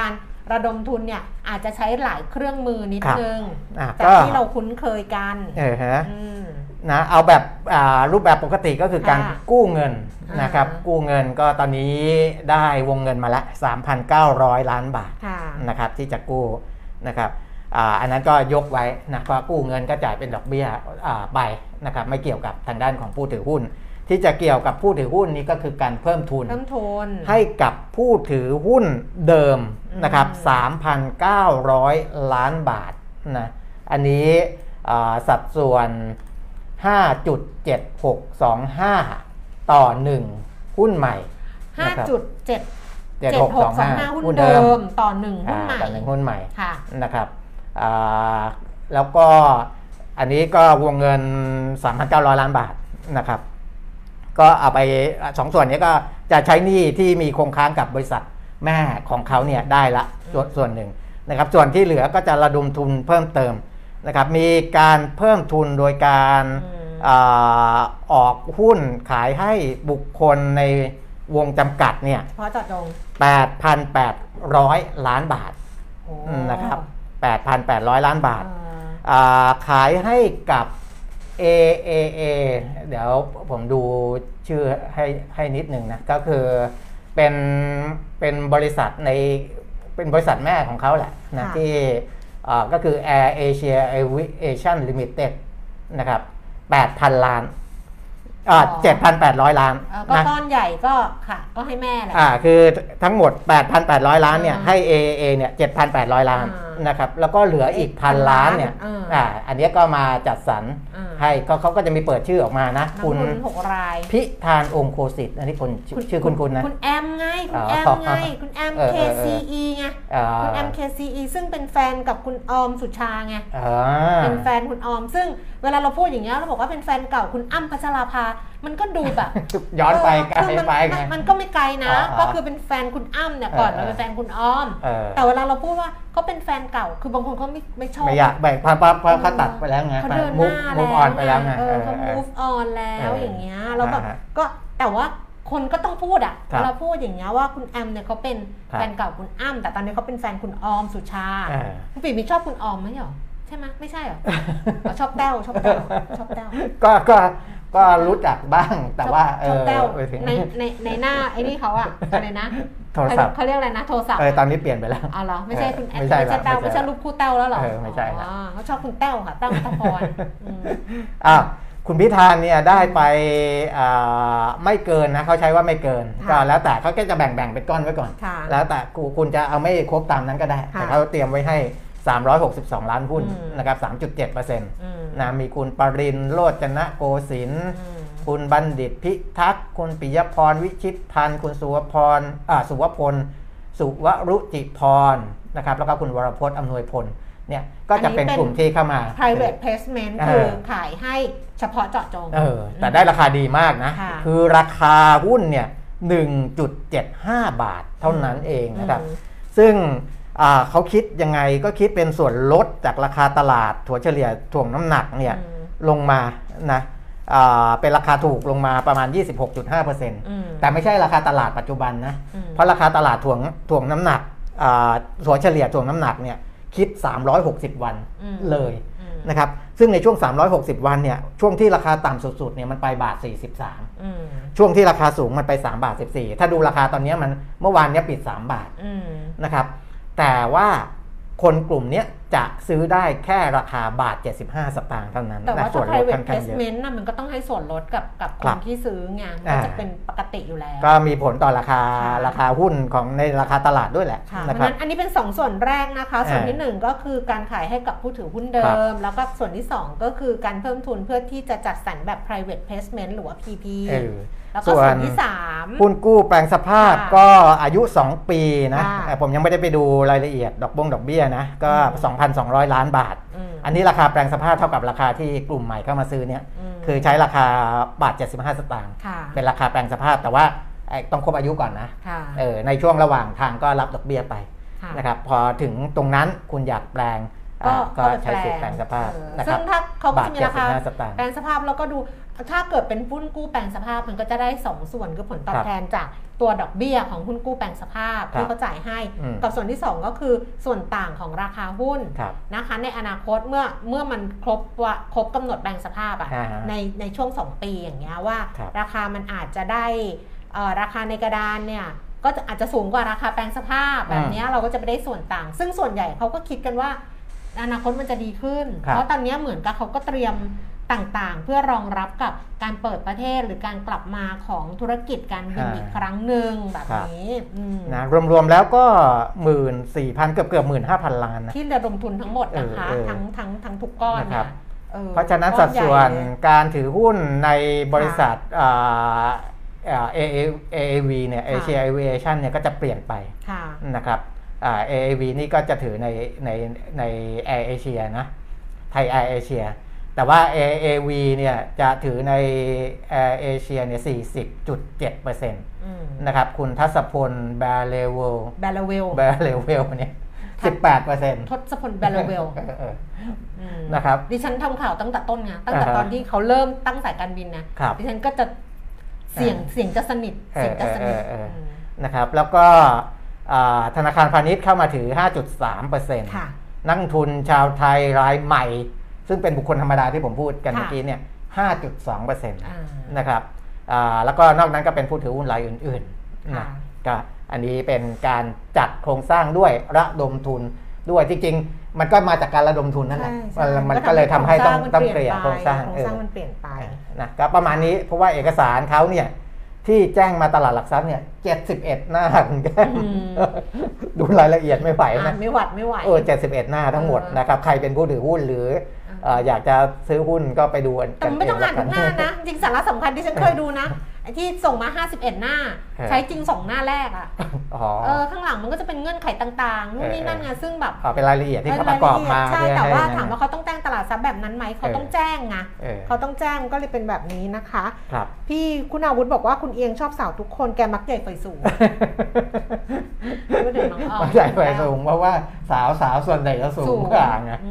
ระดมทุนเนี่ยอาจจะใช้หลายเครื่องมือนิดนึงจากที่เราคุ้นเคยกันนะเอาแบบรูปแบบปกติก็คือการกู้เงินนะครับกู้เงินก็ตอนนี้ได้วงเงินมาละ 3,900 ล้านบาทนะครับที่จะกู้นะครับอันนั้นก็ยกไว้นะก็กู้เงินก็จ่ายเป็นดอกเบี้ยไปนะครับไม่เกี่ยวกับทางด้านของผู้ถือหุ้นที่จะเกี่ยวกับผู้ถือหุ้นนี้ก็คือการเพิ่มทุนให้กับผู้ถือหุ้นเดิมนะครับ 3,900 ล้านบาทนะอันนี้สัดส่วน 5.7625 ต่อ1หุ้นใหม่ 5.7625 หุ้นเดิมต่อ1หุ้นใหม่นะครับแล้วก็อันนี้ก็วงเงิน 3,900 ล้านบาทนะครับก็เอาไป2ส่วนนี้ก็จะใช้หนี้ที่มีคงค้างกับบริษัทแม่ของเขาเนี่ยได้ละส่วนหนึ่งนะครับส่วนที่เหลือก็จะระดมทุนเพิ่มเติมนะครับมีการเพิ่มทุนโดยการออกหุ้นขายให้บุคคลในวงจำกัดเนี่ยพอเจาะจง 8,800 ล้านบาทนะครับ 8,800 ล้านบาทขายให้กับ AAA เดี๋ยวผมดูชื่อให้นิดหนึ่งนะก็คือเป็นบริษัทเป็นบริษัทแม่ของเขาแหละนะที่ก็คือ Air Asia Aviation Limited นะครับ 8,000 ล้าน7,800 ล้านก็ก้อนใหญ่ก็ค่ะก็ให้แม่แหละคือทั้งหมด 8,800 ล้านเนี่ยให้ AAA เนี่ย 7,800 ล้านนะครับแล้วก็เหลืออีก 1,000 ล้านเนี่ยอันนี้ก็มาจัดสรรให้เขาก็จะมีเปิดชื่อออกมานะคุณ6 รายพิธานองค์โคสิทธิ์อันนี้คนชื่อคุณนะคุณแอมไงคุณแอม KCE ไงคุณแอม KCE ซึ่งเป็นแฟนกับคุณออมสุชาไงเป็นแฟนคุณออมซึ่งเวลาเราพูดอย่างเงี้ยเราบอกว่าเป็นแฟนเก่าคุณอ้ำพัชราภามันก็ดูแบบย้อนไปไกลไปไงมันก็ไม่ไกลนะก็คือเป็นแฟนคุณอ้ำเนี่ยก่อนเป็นแฟนคุณออมแต่เวลาเราพูดว่าเขาเป็นแฟนเก่าคือบางคนเขาไม่ชอบไม่อยากแบ่งเขาตัดไปแล้วไงเขาเดินหน้า move on ไปแล้วไงเขา move on แล้วอย่างเงี้ยแล้วแบบก็แต่ว่าคนก็ต้องพูดอ่ะเราพูดอย่างเงี้ยว่าคุณแอมเนี่ยเขาเป็นแฟนเก่าคุณอ้ำแต่ตอนนี้เขาเป็นแฟนคุณออมสุชาคุณปีมีชอบคุณออมไหมหรอใช่ไหมไม่ใช่หรอชอบแต้วก็รู้จักบ้างแต่ว่าในหน้าไอ้นี่เขาอะอะไรนะโทรศัพท์เขาเรียกอะไรนะโทรศัพท์ตอนนี้เปลี่ยนไปแล้วเหรอไม่ใช่คุณแอมไม่ใช่แต้วไม่ใช่รูปคู่แต้วแล้วหรอไม่ใช่เขาชอบคุณแต้วค่ะแต้วนัทพรคุณพิธานเนี่ยได้ไปไม่เกินนะเขาใช้ว่าไม่เกินก็แล้วแต่เขาก็จะแบ่งเป็นก้อนไว้ก่อนแล้วแต่คุณจะเอาไม่ครบตามนั้นก็ได้แต่เขาเตรียมไว้ให้362 ล้านหุ้นนะครับ 3.7% นะมีคุณปรินทร์โรจนโกสินทร์คุณบัณฑิตพิทักษ์คุณปิยพรวิชิตพันธ์คุณสุวพลสุวรุจิพรนะครับแล้วก็คุณวรพจน์อำนวยพลเนี่ยก็จะเป็นกลุ่มที่เข้ามา private placement คือขายให้เฉพาะเจาะจงแต่ได้ราคาดีมากนะคือราคาหุ้นเนี่ย 1.75 บาทเท่านั้นเองนะครับซึ่งเขาคิดยังไงก็คิดเป็นส่วนลดจากราคาตลาดถั่วเฉลี่ยถ่วงน้ำหนักเนี่ยลงมานะเป็นราคาถูกลงมาประมาณ 26.5% แต่ไม่ใช่ราคาตลาดปัจจุบันนะเพราะราคาตลาดถ่วงน้ำหนักถั่วเฉลี่ยถ่วงน้ำหนักเนี่ยคิด360วันเลยนะครับซึ่งในช่วง360วันเนี่ยช่วงที่ราคาต่ำสุดๆเนี่ยมันไปบาท43ช่วงที่ราคาสูงมันไป3บาท14ถ้าดูราคาตอนนี้มันเมื่อวานนี้ปิด3บาทนะครับแต่ว่าคนกลุ่มนี้จะซื้อได้แค่ราคาบาท75 สตางค์เท่านั้นแต่ว่าถ้า private placement น่ะมันก็ต้องให้ส่วนลดกับคนที่ซื้อไงมันจะเป็นปกติอยู่แล้วก็มีผลต่อราคาหุ้นของในราคาตลาดด้วยแหละนะครับอันนี้เป็น2ส่วนแรกนะคะส่วนที่1ก็คือการขายให้กับผู้ถือหุ้นเดิมแล้วก็ส่วนที่2ก็คือการเพิ่มทุนเพื่อที่จะจัดสรรแบบ private placement หรือว่า PPแล้วก็ส่วนที่3 หุ้นกู้แปลงสภาพก็อายุ2ปีนะผมยังไม่ได้ไปดูรายละเอียดดอกเบี้ยนะก็ 2,200 ล้านบาทอันนี้ราคาแปลงสภาพเท่ากับราคาที่กลุ่มใหม่เข้ามาซื้อเนี่ยคือใช้ราคาบาท75 สตางค์เป็นราคาแปลงสภาพแต่ว่าต้องครบอายุก่อนนะในช่วงระหว่างทางก็รับดอกเบี้ยไปนะครับพอถึงตรงนั้นคุณอยากแปลงก็ใช้สิทธิ์แปลงสภาพนะครับซึ่งถ้าเขาก็จะมีราคาแปลงสภาพแล้วก็ดูถ้าเกิดเป็นหุ้นกู้แปลงสภาพมันก็จะได้2ส่วนคือผลตอบแทนจากตัวดอกเบี้ยของหุ้นกู้แปลงสภาพที่เขาจ่ายให้กับส่วนที่2ก็คือส่วนต่างของราคาหุ้นนะคะในอนาคตเมื่อมันครบกำหนดแปลงสภาพอะในช่วง2ปีอย่างเงี้ยว่าราคามันอาจจะได้ราคาในกระดานเนี่ยก็อาจจะสูงกว่าราคาแปลงสภาพแบบนี้เราก็จะไปได้ส่วนต่างซึ่งส่วนใหญ่เขาก็คิดกันว่าอนาคตมันจะดีขึ้นเพราะตอนนี้เหมือนกับเขาก็เตรียมต่างๆเพื่อรองรับกับการเปิดประเทศหรือการกลับมาของธุรกิจการบินอีกครั้งหนึ่งแบบนี้นะรวมๆแล้วก็ 14,000 เกือบ 15,000 ล้านนะที่ระดมทุนทั้งหมดนะคะทั้งทุกก้อนนะเพราะฉะนั้นสัดส่วนการถือหุ้นในบริษัทAAV เนี่ย Asia Aviation เนี่ยก็จะเปลี่ยนไปนะครับAAV นี่ก็จะถือใน Air Asia นะไทย Air Asia แต่ว่า AAV เนี่ยจะถือใน Air Asia เนี่ย 40.7% นะครับคุณทัศพลแบเลเวลเนี่ย 18% ทศพลแบเลเวลนะครับดิฉันทำข่าวตั้งแต่ต้นไงตั้งแต่ตอนที่เขาเริ่มตั้งสายการบินนะดิฉันก็จะเสียงจะสนิทนะครับแล้วก็ธนาคารพาณิชย์เข้ามาถือ 5.3% นักลงทุนชาวไทยรายใหม่ซึ่งเป็นบุคคลธรรมดาที่ผมพูดกันเมื่อกี้เนี่ย 5.2% นะครับแล้วก็นอกนั้นก็เป็นผู้ถือหุ้นรายอื่นๆนะก็อันนี้เป็นการจัดโครงสร้างด้วยระดมทุนด้วยจริงๆมันก็มาจากการระดมทุนนั่นแหละมันก็เลยทำให้ต้องเปลี่ยนโครงสร้างมันเปลี่ยนไปนะก็ประมาณนี้เพราะว่าเอกสารเขาเนี่ยที่แจ้งมาตลาดหลักทรัพย์เนี่ย71 หน้าดูรายละเอียดไม่ไหวนะไม่ไหว 71 หน้าทั้งหมดนะครับใครเป็นผู้ถือหุ้นหรืออยากจะซื้อหุ้นก็ไปดูกันแต่ไม่ต้องอ่านทุกหน้านะจริงสาระสำคัญที่ฉันเคยดูนะไอ้ที่ส่งมา51 หน้าใช้จริง2 หน้าแรกอ่ะข้างหลังมันก็จะเป็นเงื่อนไขต่างๆนู่นนี่นั่นไงซึ่งแบบเป็นรายละเอียดที่เขาประกอบมาใช่แต่ว่าถามว่าเขาต้องแจ้งตลาดทรัพย์แบบนั้นไหมเขาต้องแจ้งไงเขาต้องแจ้งก็เลยเป็นแบบนี้นะคะพี่คุณอาวุธบอกว่าคุณเอียงชอบสาวทุกคนแกมักใหญ่ไฟสูงไม่ได้มักใหญ่ไฟสูงเพราะว่าสาวส่วนใหญ่จะสูงกว่าไง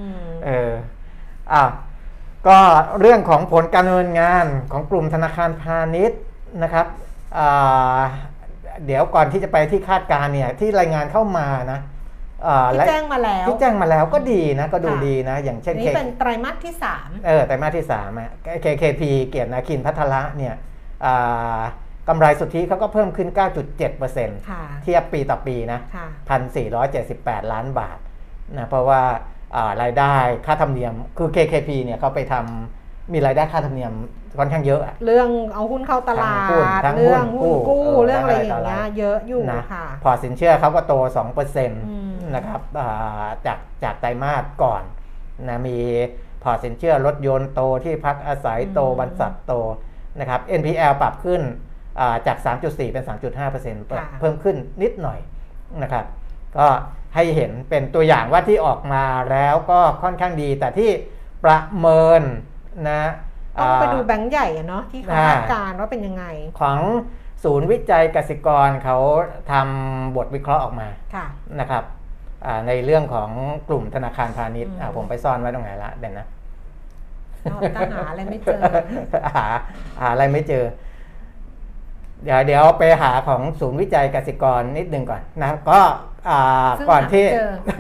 ก็เรื่องของผลการดำเนินงานของกลุ่มธนาคารพาณิชย์นะครับเดี๋ยวก่อนที่จะไปที่คาดการณ์เนี่ยที่รายงานเข้ามานะที่แจ้งมาแล้วก็ดีนะก็ดูดีนะอย่างเช่นนี่เป็นไตรมาสที่3 ไตรมาสที่3 KKP เกียรตินาคินภัทระเนี่ยกำไรสุทธิเขาก็เพิ่มขึ้น 9.7% เทียบปีต่อปีนะ 1,478 ล้านบาทนะเพราะว่ารายได้ค่าธรรมเนียมคือ KKP เนี่ยเขาไปทำมีรายได้ค่าธรรมเนียมค่อนข้างเยอะเรื่องเอาหุ้นเข้าตลาดเรื่องหุ้นกู้เรื่องอะไรอย่างเงี้ยเยอะอยู่ค่ะพอสินเชื่อเขาก็โต 2% นะครับจากไตรมาสก่อนนะมีพอสินเชื่อรถยนต์โตที่พักอาศัยโตบรรษัทโตนะครับ NPL ปรับขึ้นจาก 3.4 เป็น 3.5% เพิ่มขึ้นนิดหน่อยนะครับก็ให้เห็นเป็นตัวอย่างว่าที่ออกมาแล้วก็ค่อนข้างดีแต่ที่ประเมินนะต้องไปดูแบงก์ใหญ่เนาะที่เขาคาดการณ์ว่าเป็นยังไงของศูนย์วิจัยกสิกรเขาทำบทวิเคราะห์ออกมานะครับในเรื่องของกลุ่มธนาคารพาณิชย์ผมไปซ่อนไว้ตรงไหนละเด่นนะหาอะไรไม่เจอหาอะไรไม่เจอเดี๋ยวไปหาของศูนย์วิจัยกสิกรนิดนึงก่อนนะก็ก่อนที่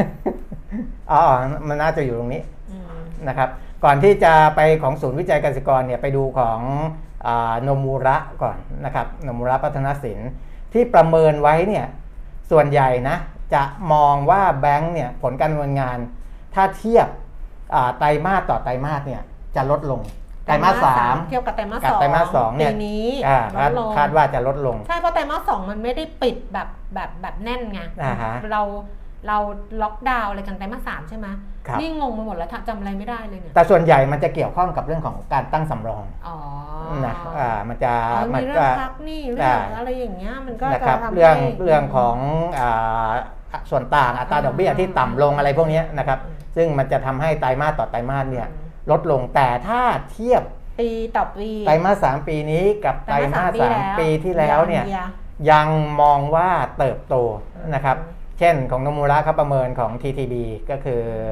มันน่าจะอยู่ตรงนี้นะครับก่อนที่จะไปของศูนย์วิจัยกสิกรเนี่ยไปดูของโนมูระก่อนนะครับโนมูระพัฒนสินที่ประเมินไว้เนี่ยส่วนใหญ่นะจะมองว่าแบงก์เนี่ยผลการดำเนินงานถ้าเทียบไตรมาสต่อไตรมาสเนี่ยจะลดลงไตรมาส3 เทียบกับไตรมาส 2เนี่ยปีนี้คาดว่าจะลดลงใช่เพราะไตรมาส2มันไม่ได้ปิดแบบแน่นไงเราล็อกดาวน์อะไรกันไตรมาส3ใช่ไหมนี่งงไปหมดแล้วจำอะไรไม่ได้เลยเนี่ยแต่ส่วนใหญ่มันจะเกี่ยวข้องกับเรื่องของการตั้งสำรองนะมันจะมีเรื่องพักนี่เรื่องอะไรอย่างเงี้ยมันก็จะทำให้เรื่องของส่วนต่างอัตราดอกเบี้ยที่ต่ำลงอะไรพวกนี้นะครับซึ่งมันจะทำให้ไตรมาสต่อไตรมาสเนี่ยลดลงแต่ถ้าเทียบปีต่อปีไตรมาส3ปีนี้กับไตรมาส3ปีที่แล้วเนี่ยยังมองว่าเติบโตนะครับเช่นของโนมูระเขาประเมินของ TTB ก็คือ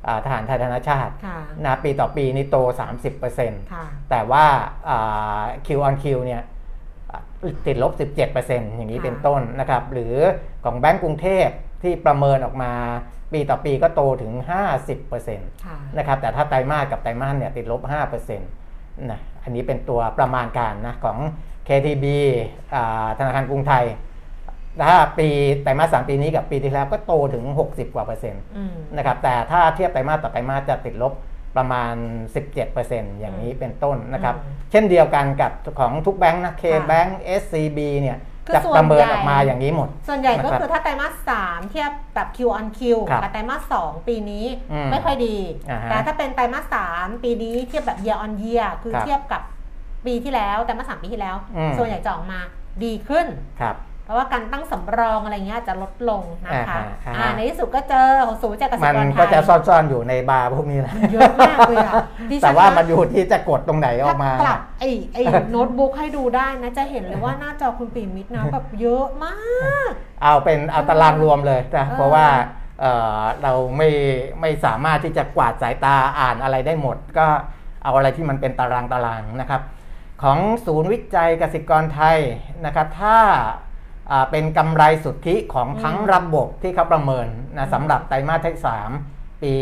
ทหารไทยธนชาตินะปีต่อปีนี่โต 30% แต่ว่าQ on Q เนี่ยติดลบ 17% อย่างนี้เป็นต้นนะครับหรือของแบงก์กรุงเทพที่ประเมินออกมาปีต่อปีก็โตถึง 50% นะครับแต่ถ้าไตรมาสกับไตรมาสเนี่ยติดลบ 5% นะอันนี้เป็นตัวประมาณการนะของ KTB ธนาคารกรุงไทยถ้าปีไตรมาส3ปีนี้กับปีที่แล้วก็โตถึง60กว่า%นะครับแต่ถ้าเทียบไตรมาสต่อไตรมาสจะติดลบประมาณ 17% อย่างนี้เป็นต้นนะครับเช่นเดียวกันกับของทุกแบงค์นะ K-Bank SCB เนี่ยจะประเมินออกมาอย่างนี้หมดส่วนใหญ่ก็คือถ้าไตรมาส3เทียบแบบ Q on Q กับไตรมาส2ปีนี้ไม่ค่อยดีแต่ถ้าเป็นไตรมาส3ปีนี้เทียบแบบ year on year คือเทียบกับปีที่แล้วไตรมาส3ปีที่แล้วส่วนใหญ่จะออกมาดีขึ้นเพราะว่าการตั้งสำรองอะไรเงี้ยจะลดลงนะคะในที่สุดก็เจอของศูนย์วิจัยเกษตรกรไทยมันก็จะซ่อนๆอยู่ในบาร์พวกนี้นะเยอะมากเลยอะแต่ว่ามันอยู่ที่จะกดตรงไหนออกมาปรับไอ้โน้ตบุ๊กให้ดูได้นะจะเห็นเลยว่าหน้าจอคุณปิ่มมิตรนะแบบเยอะมากเอาตารางรวมเลยนะเพราะว่าเราไม่สามารถที่จะกวาดสายตาอ่านอะไรได้หมดก็เอาอะไรที่มันเป็นตารางนะครับของศูนย์วิจัยเกษตรกรไทยนะครับถ้าเป็นกำไรสุทธิของทั้งระบบที่เขาประเมินนะสำหรับไตรมาสที่3ปี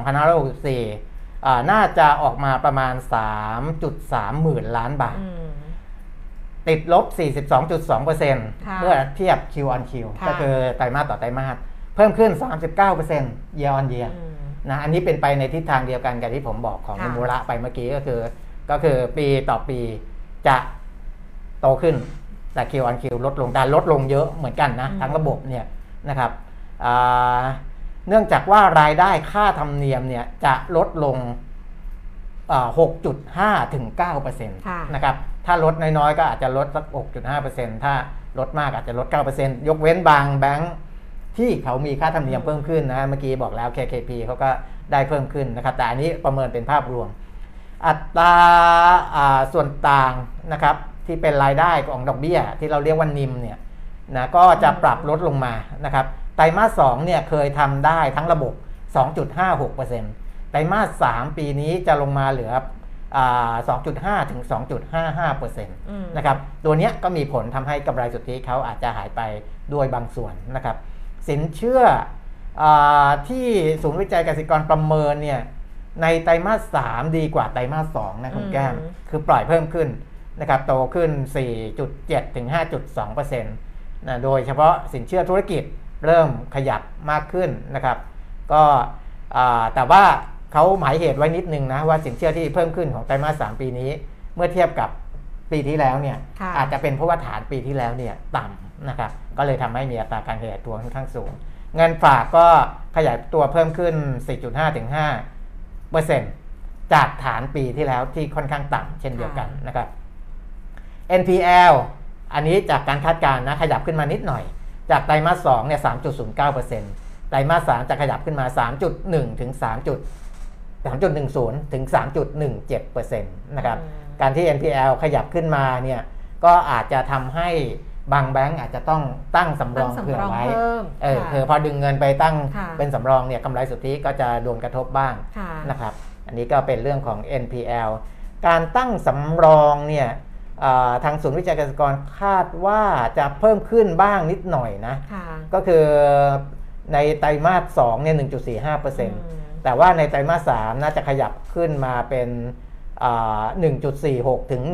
2564น่าจะออกมาประมาณ 3.3 หมื่นล้านบาทติดลบ 42.2% เมื่อเทียบ Q on Q ก็คือไตรมาสต่อไตรมาสเพิ่มขึ้น 39% year on year นะอันนี้เป็นไปในทิศทางเดียวกันกับที่ผมบอกของมูระไปเมื่อกี้ก็คือปีต่อปีจะโตขึ้นแต่ Q on Q ลดลงแต่ลดลงเยอะเหมือนกันนะทั้งระบบเนี่ยนะครับเนื่องจากว่ารายได้ค่าธรรมเนียมเนี่ยจะลดลง 6.5 ถึง 9% นะครับถ้าลดน้อยๆก็อาจจะลดสัก 6.5% ถ้าลดมากอาจจะลด 9% ยกเว้นบางแบงค์ที่เขามีค่าธรรมเนียมเพิ่มขึ้นนะเมื่อกี้บอกแล้ว KKP เขาก็ได้เพิ่มขึ้นนะครับแต่อันนี้ประเมินเป็นภาพรวมอัตราส่วนต่างนะครับที่เป็นรายได้ของดอกเบี้ยที่เราเรียกว่านิมเนี่ยนะก็จะปรับลดลงมานะครับไตรมาส2เนี่ยเคยทำได้ทั้งระบบ 2.56% ไตรมาส3ปีนี้จะลงมาเหลือ2.5 ถึง 2.55% นะครับตัวนี้ก็มีผลทำให้กำไรสุทธิเขาอาจจะหายไปด้วยบางส่วนนะครับสินเชื่อที่ศูนย์วิจัยเกษตรกรประเมินเนี่ยในไตรมาส3ดีกว่าไตรมาส2นะคุณแก้มคือปล่อยเพิ่มขึ้นนะครับโตขึ้น 4.7 ถึง 5.2% นะโดยเฉพาะสินเชื่อธุรกิจเริ่มขยับมากขึ้นนะครับก็แต่ว่าเขาหมายเหตุไว้นิดนึงนะว่าสินเชื่อที่เพิ่มขึ้นของไตรมาส3ปีนี้เมื่อเทียบกับปีที่แล้วเนี่ยอาจจะเป็นเพราะว่าฐานปีที่แล้วเนี่ยต่ำนะครับก็เลยทำให้มีอัตราการขยายตัวค่อนข้างสูงเงินฝากก็ขยายตัวเพิ่มขึ้น 4.5 ถึง 5% จากฐานปีที่แล้วที่ค่อนข้างต่ำเช่นเดียวกันนะครับ NPL อันนี้จากการคาดการณ์นะขยับขึ้นมานิดหน่อยจากไตรมาส2เนี่ย 3.09% ไตรมาส3จะขยับขึ้นมา 3.1 ถึง 3.10 ถึง 3.17% นะครับการที่ NPL ขยับขึ้นมาเนี่ยก็อาจจะทำให้บางแบงก์อาจจะต้องตั้งสำรองเผื่อไว้พอดึงเงินไปตั้งเป็นสำรองเนี่ยกำไรสุทธิก็จะโดนกระทบบ้างนะครับอันนี้ก็เป็นเรื่องของ NPL การตั้งสำรองเนี่ยทางศูนย์วิจัยเกษตรกรคาดว่าจะเพิ่มขึ้นบ้างนิดหน่อยนะก็คือในไตรมาส2เนี่ย 1.45% แต่ว่าในไตรมาส3น่าจะขยับขึ้นมาเป็น1.46 ถึง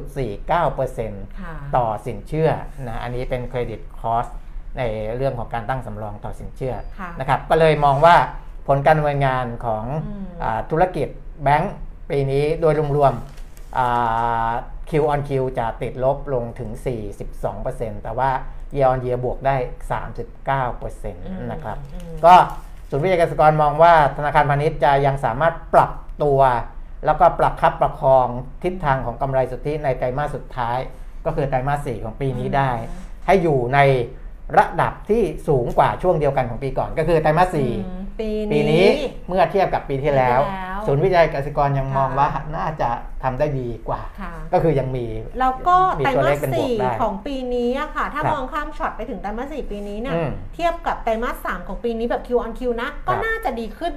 1.49% ต่อสินเชื่อนะอันนี้เป็นเครดิตคอสในเรื่องของการตั้งสำรองต่อสินเชื่อนะครับก็เลยมองว่าผลการดำเนินงานของธุรกิจแบงก์ปีนี้โดยรวมQ on Q จะติดลบลงถึง 42% แต่ว่า Year on Year บวกได้ 39% นะครับก็ศูนย์วิจัยเกษตรกรมองว่าธนาคารพาณิชย์จะยังสามารถปรับตัวแล้วก็ประคับประคองทิศทางของกำไรสุทธิในไตรมาสสุดท้ายก็คือไตรมาส4ของปีนี้ได้ให้อยู่ในระดับที่สูงกว่าช่วงเดียวกันของปีก่อนก็คือไตรมาส4ปีนี้เมื่อเทียบกับปีที่แล้วศูนย์วิจัยเกษตรกรยังมองว่าน่าจะทำได้ดีกว่าก็คือยังมีแล้วก็ไตรมาส4ของปีนี้ค่ะถ้ามองข้ามช็อตไปถึงไตรมาส4ปีนี้เนี่ยเทียบกับไตรมาส3ของปีนี้แบบ Q on Q นะก็น่าจะดีขึ้นนะ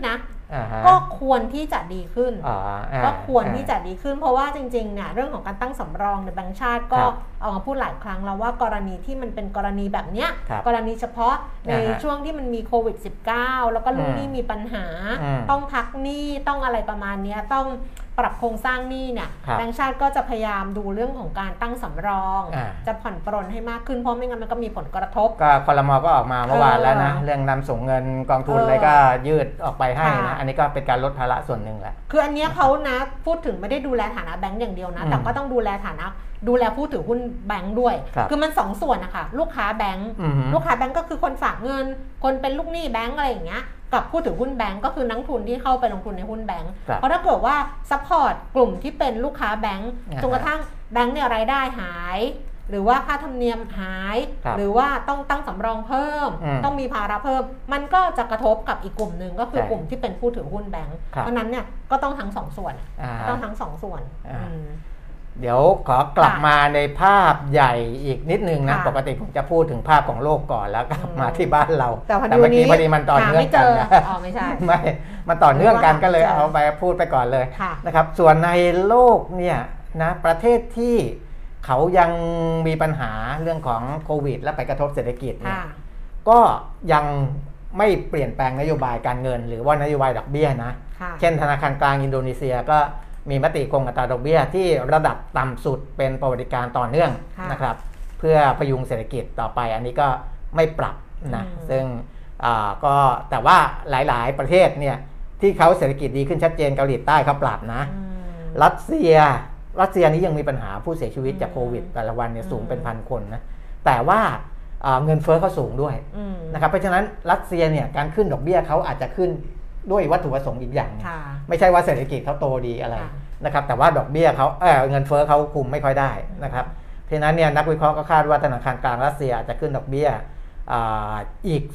ก็ควรที่จะดีขึ้นก็ควรที่จะดีขึ้นเพราะว่าจริงๆเนี่ยเรื่องของการตั้งสำรองในแบงก์ชาติก็ออกมาพูดหลายครั้งแล้วว่ากรณีที่มันเป็นกรณีแบบเนี้ยกรณีเฉพาะในช่วงที่มันมีโควิด -19 แล้วก็ลูกหนี้มีปัญหาต้องพักหนี้ต้องอะไรประมาณนี้ต้องปรับโครงสร้างหนี้เนี่ยแบงก์ชาติก็จะพยายามดูเรื่องของการตั้งสำรองจะผ่อนปรนให้มากขึ้นเพราะไม่งั้นมันก็มีผลกระทบก็ครม.ก็ออกมาเมื่อวานแล้วนะเรื่องนำส่งเงินกองทุนอะไรก็ยืดออกไปให้นะอันนี้ก็เป็นการลดภาระส่วนหนึ่งแหละคืออันนี้เขานะพูดถึงไม่ได้ดูแลฐานะแบงก์อย่างเดียวนะแต่ก็ต้องดูแลฐานะดูแลผู้ถือหุ้นแบงก์ด้วยคือมัน2ส่วนนะคะลูกค้าแบงก์ก็คือคนฝากเงินคนเป็นลูกหนี้แบงก์อะไรอย่างเงี้ยกับผู้ถือหุ้นแบงก์ก็คือนักทุนที่เข้าไปลงทุนในหุ้นแบงก์เพราะถ้าเกิดว่าซัพพอร์ตกลุ่มที่เป็นลูกค้าแบงก์จนกระทั่งแบงก์เนี่ยรายได้หายหรือว่าค่าธรรมเนียมหายหรือว่าต้องตั้งสำรองเพิ่มต้องมีภาระเพิ่มมันก็จะกระทบกับอีกกลุ่มหนึ่งก็คือกลุ่มที่เป็นผู้ถือหุ้นแบงก์เพราะนั้นเนี่ยก็ต้องทั้ง2ส่วนต้องทั้ง2ส่วนเดี๋ยวขอกลับมาในภาพใหญ่อีกนิดนึงนะปกติผมจะพูดถึงภาพของโลกก่อนแล้วกลับมาที่บ้านเราแต่เมื่อกี้พอดีมันต่อเนื่องกันนะไม่ใช่ไม่มันต่อเนื่องกันก็เลยเอาไปพูดไปก่อนเลยนะครับส่วนในโลกเนี่ยนะประเทศที่เขายังมีปัญหาเรื่องของโควิดและไปกระทบเศรษฐกิจเนี่ยก็ยังไม่เปลี่ยนแปลงนโยบายการเงินหรือว่านโยบายดอกเบี้ยนะเช่นธนาคารกลางอินโดนีเซียก็มีมติคงอัตราดอกเบี้ยที่ระดับต่ำสุดเป็นประวัติการต่อเนื่องนะครับเพื่อพยุงเศรษฐกิจต่อไปอันนี้ก็ไม่ปรับนะซึ่งก็แต่ว่าหลายๆประเทศเนี่ยที่เขาเศรษฐกิจดีขึ้นชัดเจนเกาหลีใต้เขาปรับนะรัสเซียนี้ยังมีปัญหาผู้เสียชีวิตจากโควิดแต่ละวันเนี่ยสูงเป็นพันคนนะแต่ว่าเงินเฟ้อเขาสูงด้วยนะครับเพราะฉะนั้นรัสเซียเนี่ยการขึ้นดอกเบี้ยเขาอาจจะขึ้นด้วยวัตถุประสงค์อีกอย่างไม่ใช่ว่าเศรษฐกิจเขาโตดีอะไรนะครับแต่ว่าดอกเบี้ยเขาเงินเฟ้อเขาคุมไม่ค่อยได้นะครับเพราะฉะนั้นเนี่ยนักวิเคราะห์ก็คาดว่าธนาคารกลางรัสเซียอาจจะขึ้นดอกเบี้ยอีก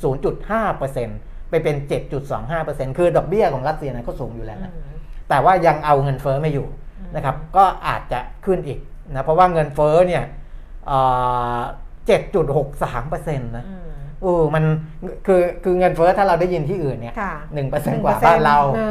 0.5% ไปเป็น 7.25% คือดอกเบี้ยของรัสเซียนั้นก็สูงอยู่แล้วนะแต่ว่ายังเอาเงินเฟ้อไม่อยู่นะครับก็อาจจะขึ้นอีกนะเพราะว่าเงินเฟ้อเนี่ย7.63% นะมันคือเงินเฟ้อถ้าเราได้ยินที่อื่นเนี่ย 1% กว่าบ้านเรา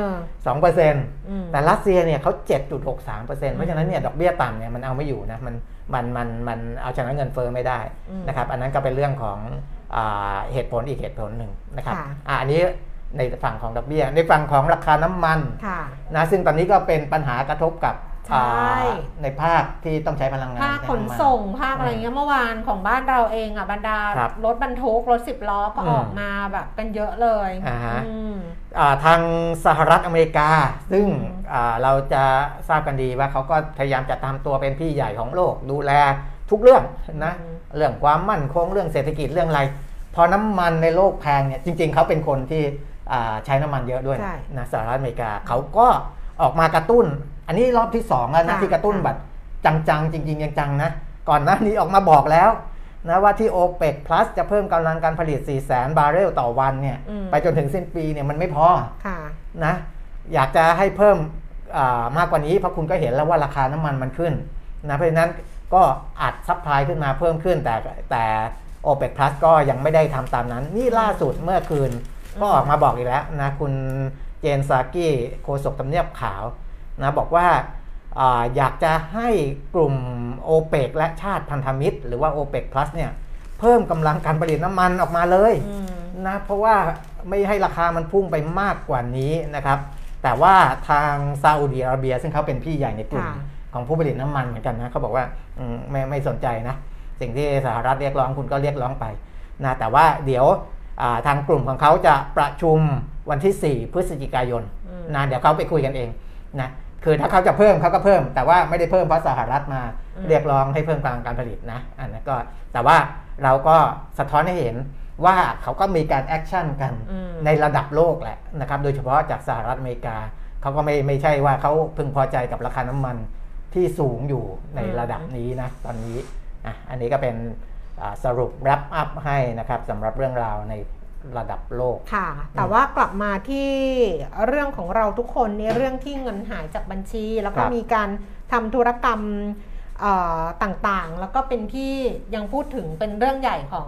2% แต่รัสเซียเนี่ยเขา 7.63% เพราะฉะนั้นเนี่ยดอกเบี้ยต่ำเนี่ยมันเอาไม่อยู่นะมันเอาชนะเงินเฟ้อไม่ได้นะครับอันนั้นก็เป็นเรื่องของเหตุผลอีกเหตุผลหนึ่งนะครับอันนี้ในฝั่งของดอกเบี้ยในฝั่งของราคาน้ำมันนะซึ่งตอนนี้ก็เป็นปัญหากระทบกับในภาคที่ต้องใช้พลังงานภาคขนส่งภาคอะไรเงี้ยเมื่อวานของบ้านเราเองอ่ะบรรดารถบรรทุกรถ10ล้อก็ออกมาแบบกันเยอะเลยทางสหรัฐอเมริกาซึ่งเราจะทราบกันดีว่าเขาก็พยายามจะทำตัวเป็นพี่ใหญ่ของโลกดูแลทุกเรื่องนะเรื่องความมั่นคงเรื่องเศรษฐกิจเรื่องอะไรพอน้ำมันในโลกแพงเนี่ยจริงๆเขาเป็นคนที่ใช้น้ำมันเยอะด้วยนะสหรัฐอเมริกาเขาก็ออกมากระตุ้นอันนี้รอบที่2แล้วนะที่กระตุ้นแบบจังๆจริงๆจังๆนะก่อนหน้านี้ออกมาบอกแล้วนะว่าที่ OPEC Plus จะเพิ่มกำลังการผลิต 400,000 บาร์เรลต่อวันเนี่ยไปจนถึงสิ้นปีเนี่ยมันไม่พอนะอยากจะให้เพิ่มมากกว่านี้เพราะคุณก็เห็นแล้วว่าราคาน้ำมันมันขึ้นนะเพราะฉะนั้นก็อัดซัพพลายขึ้นมาเพิ่มขึ้นแต่ OPEC Plus ก็ยังไม่ได้ทำตามนั้นนี่ล่าสุดเมื่อคืนก็ออกมาบอกอีกแล้วนะคุณเจนซากี้โฆษกทำเนียบขาวนะบอกว่าอยากจะให้กลุ่ม OPEC และชาติพันธมิตรหรือว่า OPEC Plus เนี่ยเพิ่มกำลังการผลิตน้ำมันออกมาเลยนะเพราะว่าไม่ให้ราคามันพุ่งไปมากกว่านี้นะครับแต่ว่าทางซาอุดิอาระเบียซึ่งเขาเป็นพี่ใหญ่ในกลุ่มของผู้ผลิตน้ำมันเหมือนกันนะเขาบอกว่าไม่สนใจนะสิ่งที่สหรัฐเรียกร้องคุณก็เรียกร้องไปนะแต่ว่าเดี๋ยวทางกลุ่มของเขาจะประชุมวันที่4 พฤศจิกายนนะเดี๋ยวเขาไปคุยกันเองนะคือถ้าเขาจะเพิ่มเขาก็เพิ่มแต่ว่าไม่ได้เพิ่มเพราะสหรัฐมาเรียกร้องให้เพิ่มกำลังการผลิตนะอันนั้นก็แต่ว่าเราก็สะท้อนให้เห็นว่าเขาก็มีการแอคชั่นกันในระดับโลกแหละนะครับโดยเฉพาะจากสหรัฐอเมริกาเขาก็ไม่ใช่ว่าเขาพึงพอใจกับราคาน้ำมันที่สูงอยู่ในระดับนี้นะตอนนี้อันนี้ก็เป็นสรุป wrap up ให้นะครับสำหรับเรื่องราวในระดับโลกค่ะแต่ว่ากลับมาที่เรื่องของเราทุกคนในเรื่องที่เงินหายจากบัญชีแล้วก็มีการทำธุรกรรมต่างๆแล้วก็เป็นที่ยังพูดถึงเป็นเรื่องใหญ่ของ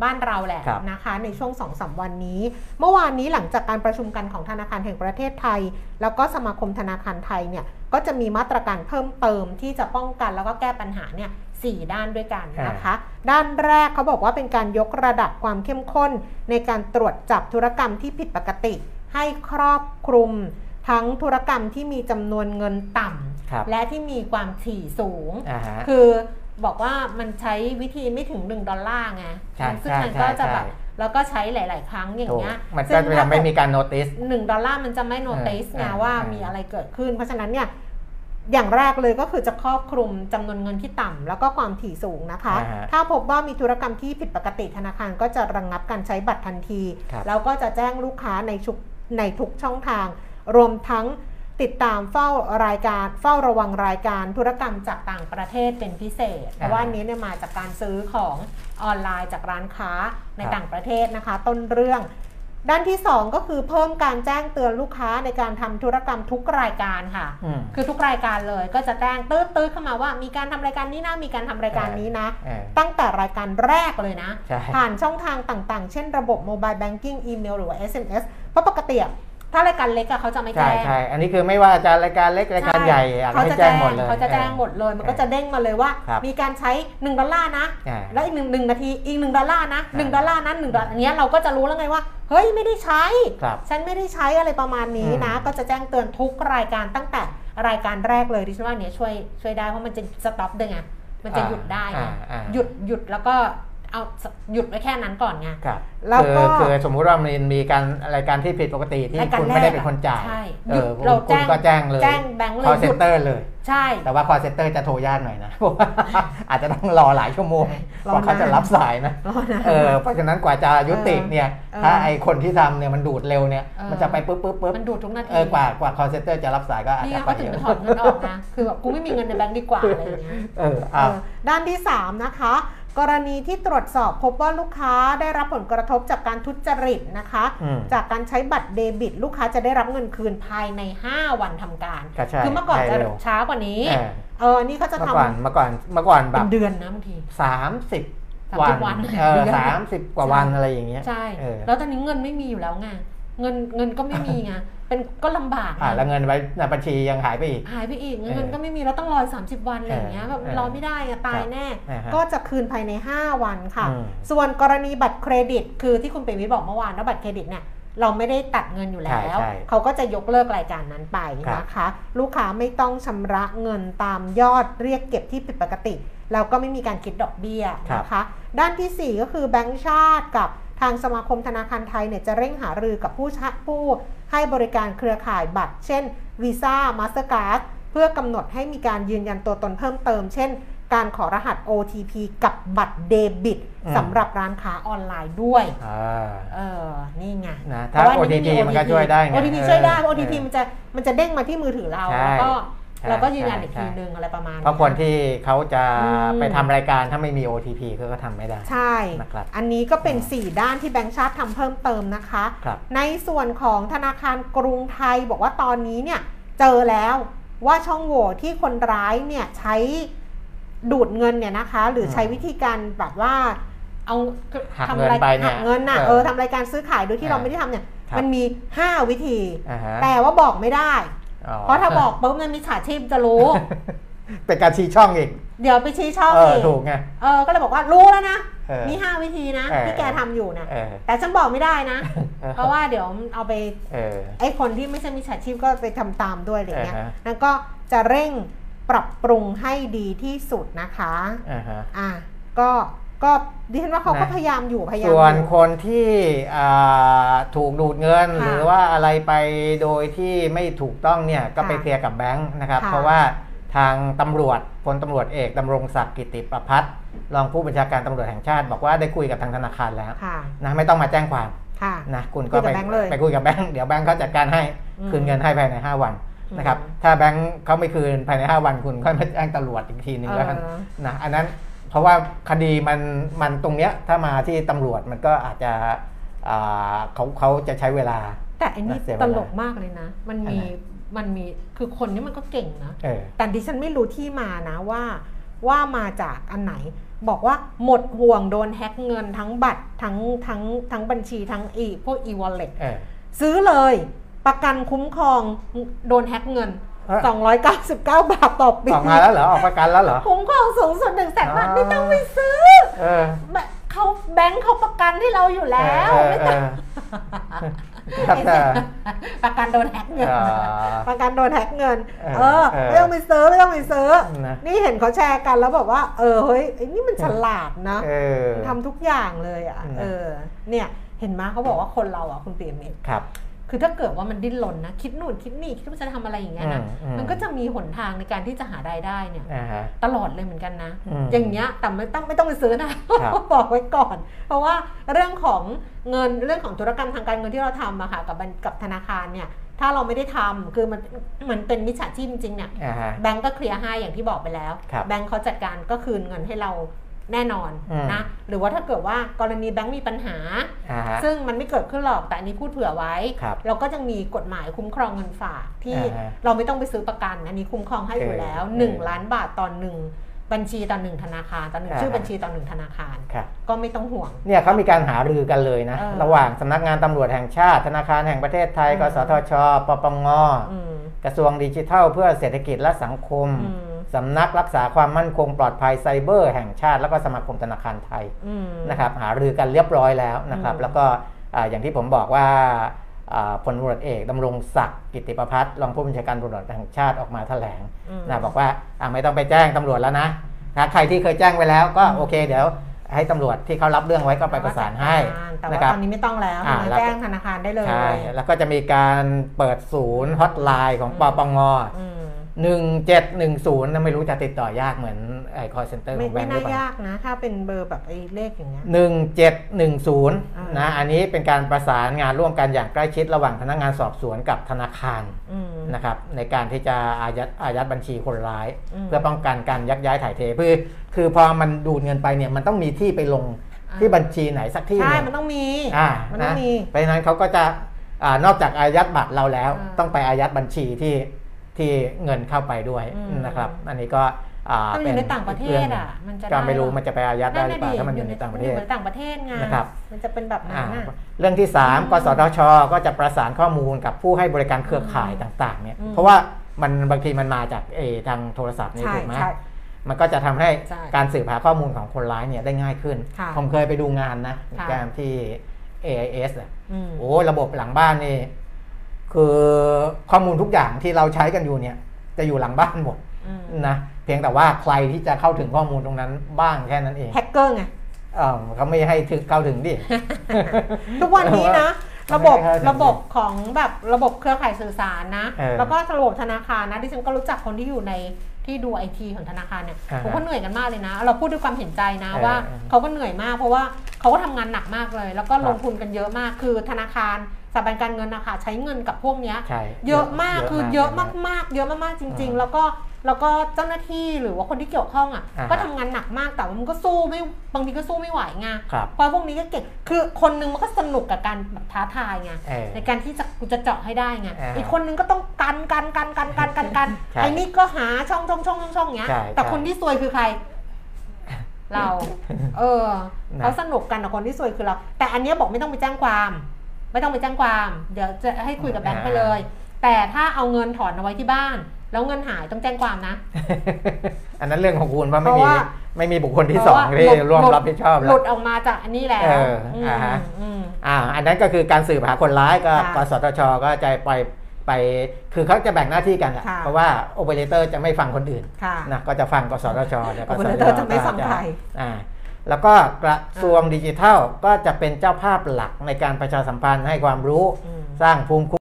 บ้านเราแหละนะคะในช่วง 2-3 วันนี้เมื่อวานนี้หลังจากการประชุมกันของธนาคารแห่งประเทศไทยแล้วก็สมาคมธนาคารไทยเนี่ยก็จะมีมาตรการเพิ่มเติมที่จะป้องกันแล้วก็แก้ปัญหาเนี่ย4 ด้านด้วยกันนะคะด้านแรกเขาบอกว่าเป็นการยกระดับความเข้มข้นในการตรวจจับธุรกรรมที่ผิดปกติให้ครอบคลุมทั้งธุรกรรมที่มีจำนวนเงินต่ำและที่มีความถี่สูงคือบอกว่ามันใช้วิธีไม่ถึง$1ไงซึ่งมันก็จะแบบแล้วก็ใช้หลายๆครั้งอย่างเงี้ยมันก็จะไม่มีการโนติส $1มันจะไม่โนติสไงว่ามีอะไรเกิดขึ้นเพราะฉะนั้นเนี่ยอย่างแรกเลยก็คือจะครอบคลุมจำนวนเงินที่ต่ำแล้วก็ความถี่สูงนะคะถ้าพบว่ามีธุรกรรมที่ผิดปกติธนาคารก็จะระงับการใช้บัตรทันทีแล้วก็จะแจ้งลูกค้าในทุกช่องทางรวมทั้งติดตามเฝ้าระวังรายการธุรกรรมจากต่างประเทศเป็นพิเศษเพราะว่านี้เนี่ยมาจากการซื้อของออนไลน์จากร้านค้าในต่างประเทศนะคะต้นเรื่องด้านที่2ก็คือเพิ่มการแจ้งเตือนลูกค้าในการทำธุรกรรมทุกรายการค่ะคือทุกรายการเลยก็จะแจ้งตื้อเข้ามาว่ามีการทำรายการนี้นะมีการทำรายการนี้นะตั้งแต่รายการแรกเลยนะผ่านช่องทางต่างๆเช่นระบบโมบายแบงกิ้งอีเมลหรือว่า SMS เพราะปกติถ้ารายการเล็กเขาจะไม่แจ้งใช่อันนี้คือไม่ว่าจะรายการเล็กรายการใหญ่เขาจะแจ้งหมดเลยเขาจะแจ้งหมดเลยมันก็จะเด้งมาเลยว่ามีการใช้$1นะแล้วอีก1นาทีอีก$1นะ$1นะ$1อันนี้เราก็จะรู้แล้วไงว่าเฮ้ยไม่ได้ใช้ฉันไม่ได้ใช้อะไรประมาณนี้นะก็จะแจ้งเตือนทุกรายการตั้งแต่รายการแรกเลยดิฉันว่าเนี่ยช่วยได้เพราะมันจะสต็อปด้วยไงมันจะหยุดได้ไงหยุดแล้วก็เอาหยุดไว้แค่นั้นก่อนไงแล้วก็คือสมมุติว่ามันมีการรายการที่ผิดปกติที่คุณไม่ได้เป็นคนจ่ายคุณก็แจ้งเลยแจ้งแบงค์เลย call center เลยใช่แต่ว่า call center จะโทรยากหน่อยนะเพราะว่าอาจจะต้องรอหลายชั่วโมงกว่าเขาจะรับสายนะเพราะฉะนั้นกว่าจะยุติเนี่ยถ้าไอคนที่ทำเนี่ยมันดูดเร็วเนี่ยมันจะไปปุ๊บมันดูดทุกนาทีกว่า call center จะรับสายก็อาจจะไปถึงถอนเงินออกนะคือแบบกูไม่มีเงินในแบงค์ดีกว่าอะไรอย่างเงี้ยด้านที่3นะคะกรณีที่ตรวจสอบพบว่าลูกค้าได้รับผลกระทบจากการทุจริตนะคะจากการใช้บัตรเดบิตลูกค้าจะได้รับเงินคืนภายใน5 วันทำการคือเมื่อก่อนจะช้ากว่านี้นี่เขาจะทำเมื่อก่อนแบบเดือนนะบางที 30 วัน30 กว่าวันอะไรอย่างเงี้ยใช่แล้วตอนนี้เงินไม่มีอยู่แล้วไงเงินก็ไม่มีไงก็ลำบากแล้วเงินไว้ในบัญชียังหายไปอีกเงินก็ไม่มีแล้วต้องรอ30 วันอะไรอย่างเงี้ยแบบรอไม่ได้ตายแน่ก็จะคืนภายใน5 วันค่ะส่วนกรณีบัตรเครดิตคือที่คุณเปรมิตรบอกเมื่อวานว่าบัตรเครดิตเนี่ยเราไม่ได้ตัดเงินอยู่แล้วเขาก็จะยกเลิกรายการนั้นไปนะคะลูกค้าไม่ต้องชำระเงินตามยอดเรียกเก็บที่ผิดปกติแล้วก็ไม่มีการคิดดอกเบี้ยนะคะด้านที่4ก็คือแบงก์ชาติกับทางสมาคมธนาคารไทยเนี่ยจะเร่งหารือกับผู้ให้บริการเครือข่ายบัตรเช่น Visa Mastercard เพื่อกำหนดให้มีการยืนยันตัวตนเพิ่มเติมเช่นการขอรหัส OTP กับบัตรเดบิตสำหรับร้านค้าออนไลน์ด้วยนี่ไงนะถ้า OTP มันก็ช่วยได้ไง OTP ช่วยได้ OTP มันจะเด้งมาที่มือถือเราแล้วก็เราก็ยืนยันอีกทีนึงอะไรประมาณเพราะคนที่เขาจะไปทำรายการถ้าไม่มี OTP ก็ทำไม่ได้ใช่อันนี้ก็เป็น4ด้านที่แบงก์ชาติทำเพิ่มเติมนะคะในส่วนของธนาคารกรุงไทยบอกว่าตอนนี้เนี่ยเจอแล้วว่าช่องโหว่ที่คนร้ายเนี่ยใช้ดูดเงินเนี่ยนะคะหรือใช้วิธีการแบบว่าเอาทำรายการหักเงินน่ะทำรายการซื้อขายโดยที่เราไม่ได้ทำเนี่ยมันมี5 วิธีแต่ว่าบอกไม่ได้เพราะถ้าบอกปุ๊บเนี่ยมิจฉาชีพจะรู้เป็นการชี้ช่องอีกเดี๋ยวไปชี้ช่องอีกถูกไงก็เลยบอกว่ารู้แล้วนะมี5 วิธีนะที่แกทำอยู่นะแต่ฉันบอกไม่ได้นะเพราะว่าเดี๋ยวเอาไปไอ้คนที่ไม่ใช่มิจฉาชีพก็ไปทำตามด้วยอะไรเงี้ยนั่นก็จะเร่งปรับปรุงให้ดีที่สุดนะคะก็ดิฉันว่าเขาก็พยายามอยู่ส่วนคนที่ถูกดูดเงินหรือว่าอะไรไปโดยที่ไม่ถูกต้องเนี่ยก็ไปเคลียร์กับแบงค์นะครับเพราะว่าทางตำรวจพลตำรวจเอกดำรงศักดิ์กิติประภัสรองผู้บัญชาการตำรวจแห่งชาติบอกว่าได้คุยกับทางธนาคารแล้วนะไม่ต้องมาแจ้งความนะคุณก็ไปคุยกับแบงค์เดี๋ยวแบงค์เขาจัดการให้คืนเงินให้ภายใน5 วันนะครับถ้าแบงค์เขาไม่คืนภายใน5 วันคุณค่อยมาแจ้งตำรวจอีกทีนึงแล้วกันนะอันนั้นเพราะว่าคดีมันตรงเนี้ยถ้ามาที่ตำรวจมันก็อาจจะเขาจะใช้เวลาแต่อันนี้ตลกมากเลยนะมันมีคือคนนี้มันก็เก่งนะแต่ดิฉันไม่รู้ที่มานะว่ามาจากอันไหนบอกว่าหมดห่วงโดนแฮ็กเงินทั้งบัตรทั้งบัญชีทั้งพวก e-wallet ซื้อเลยประกันคุ้มครองโดนแฮ็กเงิน299 บาทต่อปีออกมาแล้วเหรอออกประกันแล้วเหรอคุ้มครองสูงสุด100,000 บาทไม่ต้องไปซื้อเขาแบงค์เขาประกันให้เราอยู่แล้วไม่ต้องประกันโดนแฮ็กเงินประกันโดนแฮ็กเงินไม่ต้องไปซื้อนี่เห็นเขาแชร์กันแล้วบอกว่าเฮ้ยไอ้นี่มันฉลาดนะทำทุกอย่างเลยอ่ะเนี่ยเห็นไหมเขาบอกว่าคนเราอ่ะคุณเปียมิตรคือถ้าเกิดว่ามันดิ้นรนนะคิดนู่นคิดนี่คิดว่าจะทำอะไรอย่างเงี้ยนะมันก็จะมีหนทางในการที่จะหารายได้เนี่ยตลอดเลยเหมือนกันนะอย่างเงี้ยแต่ไม่ต้องไปซื้อนะบอกไว้ก่อนเพราะว่าเรื่องของเงินเรื่องของธุรกรรมทางการเงินที่เราทำอะค่ะกับธนาคารเนี่ยถ้าเราไม่ได้ทำคือมันเป็นมิจฉาชีพจริงๆเนี่ยแบงก์ก็เคลียร์ให้อย่างที่บอกไปแล้วแบงก์เขาจัดการก็คืนเงินให้เราแน่นอนนะหรือว่าถ้าเกิดว่ากรณีแบงก์มีปัญหาซึ่งมันไม่เกิดขึ้นหรอกแต่อันนี้พูดเผื่อไว้เราก็จะมีกฎหมายคุ้มครองเงินฝากที่เราไม่ต้องไปซื้อประกันอันนี้คุ้มครองให้อยู่แล้ว1 ล้านบาทต่อ1บัญชีต่อ1ธนาคารต่อ1ชื่อบัญชีต่อ1ธนาคารก็ไม่ต้องห่วงเนี่ยเขามีการหารือกันเลยนะระหว่างสำนักงานตำรวจแห่งชาติธนาคารแห่งประเทศไทยกสทช.ปปง.กระทรวงดิจิทัลเพื่อเศรษฐกิจและสังคมสำนักรักษาความมั่นคงปลอดภัยไซเบอร์แห่งชาติแล้วก็สมาคมธนาคารไทยนะครับหารือกันเรียบร้อยแล้วนะครับแล้วก็อย่างที่ผมบอกว่าพลตำรวจเอกดำรงศักดิ์กิติประภัสรองผู้บัญชาการตำรวจแห่งชาติออกมาแถลงนะบอกว่าไม่ต้องไปแจ้งตำรวจแล้วนะใครที่เคยแจ้งไว้แล้วก็โอเคเดี๋ยวให้ตำรวจที่เขารับเรื่องไว้ก็ไปประสานให้แต่ว่าตอนนี้ไม่ต้องแล้วแจ้งธนาคารได้เลยใช่แล้วก็จะมีการเปิดศูนย์ฮอตไลน์ของปปง1710นะไม่รู้จะติดต่อยากเหมือนไอ้ call center ของแบงค์หรือเปล่าไม่น่ายากนะถ้าเป็นเบอร์แบบไอ้เลขอย่างเงี้ย 1710นะอันนี้เป็นการประสานงานร่วมกันอย่างใกล้ชิดระหว่างพนักงานสอบสวนกับธนาคารนะครับในการที่จะอายัดบัญชีคนร้ายเพื่อป้องกันการยักย้ายถ่ายเทคือพอมันดูดเงินไปเนี่ยมันต้องมีที่ไปลงที่บัญชีไหนสักที่ใช่มันต้องมีมันต้องมีเพราะฉะนั้นเขาก็จะนอกจากอายัดบัตรเราแล้วต้องไปอายัดบัญชีที่เงินเข้าไปด้วยนะครับอันนี้ก็เป็นในต่างประเทศมันจะก็ไม่รู้มันจะไปอายัดได้หรือเปล่าถ้ามันอยู่ในต่างประเทศต่างประเทศไงมันจะเป็นแบบนั้นเรื่องที่3กสทช.ก็จะประสานข้อมูลกับผู้ให้บริการเครือข่ายต่างๆเนี่ยเพราะว่ามันบางทีมันมาจากทางโทรศัพท์นี่ถูกไหมมันก็จะทำให้การสืบหาข้อมูลของคนร้ายเนี่ยได้ง่ายขึ้นผมเคยไปดูงานนะการที่ AIS โอ้ระบบหลังบ้านนี่คือข้อมูลทุกอย่างที่เราใช้กันอยู่เนี่ยจะอยู่หลังบ้านหมดนะเพียงแต่ว่าใครที่จะเข้าถึงข้อมูลตรงนั้นบ้างแค่นั้นเองแฮกเกอร์ไงเขาไม่ให้เข้าถึงดิทุกวันนี้นะระบบของแบบระบบเครือข่ายสื่อสารนะแล้วก็ระบบธนาคารนะที่ฉันก็รู้จักคนที่อยู่ในที่ดู IT ของธนาคารเนี่ยผมก็เหนื่อยกันมากเลยนะเราพูดด้วยความเห็นใจนะว่าเขาก็เหนื่อยมากเพราะว่าเขาก็ทำงานหนักมากเลยแล้วก็ลงทุนกันเยอะมากคือธนาคารสถาบันการเงินนะคะใช้เงินกับพวกนี้เยอะมากคือเยอะมากๆเยอะมากๆจริงๆแล้วก็เจ้าหน้าที่หรือว่าคนที่เกี่ยวข้องก็ทำงานหนักมากแต่ว่ามันก็สู้ไม่บางทีก็สู้ไม่ไหวไงเพราะพวกนี้ก็เก่งคือคนนึงมันก็สนุกกับการแบบท้าทายไงในการที่จะเจาะให้ได้ไงอีกคนนึงก็ต้องกันไอ้นี่ก็หาช่องเงี้ยแต่คนที่ซวยคือใครเราเขาสนุกกันแต่คนที่ซวยคือเราแต่อันนี้บอกไม่ต้องไปแจ้งความเดี๋ยวจะให้คุยกับแบงค์ไปเลยแต่ถ้าเอาเงินถอนเอาไว้ที่บ้านแล้วเงินหายต้องแจ้งความนะอันนั้นเรื่องของคุณว่าไม่มีบุคคลที่2ที่ร่วมรับผิดชอบแล้วหลุดออกมาจากอันนี้แล้วอันนั้นก็คือการสืบหาคนร้ายก็กสทช.ก็จะไปคือเขาจะแบ่งหน้าที่กันเพราะว่าโอเปอเรเตอร์จะไม่ฟังคนอื่นนะก็จะฟังกสทช. โอเปอเรเตอร์จะไม่ฟังใครแล้วก็กระทรวงดิจิทัลก็จะเป็นเจ้าภาพหลักในการประชาสัมพันธ์ให้ความรู้สร้างภูมิ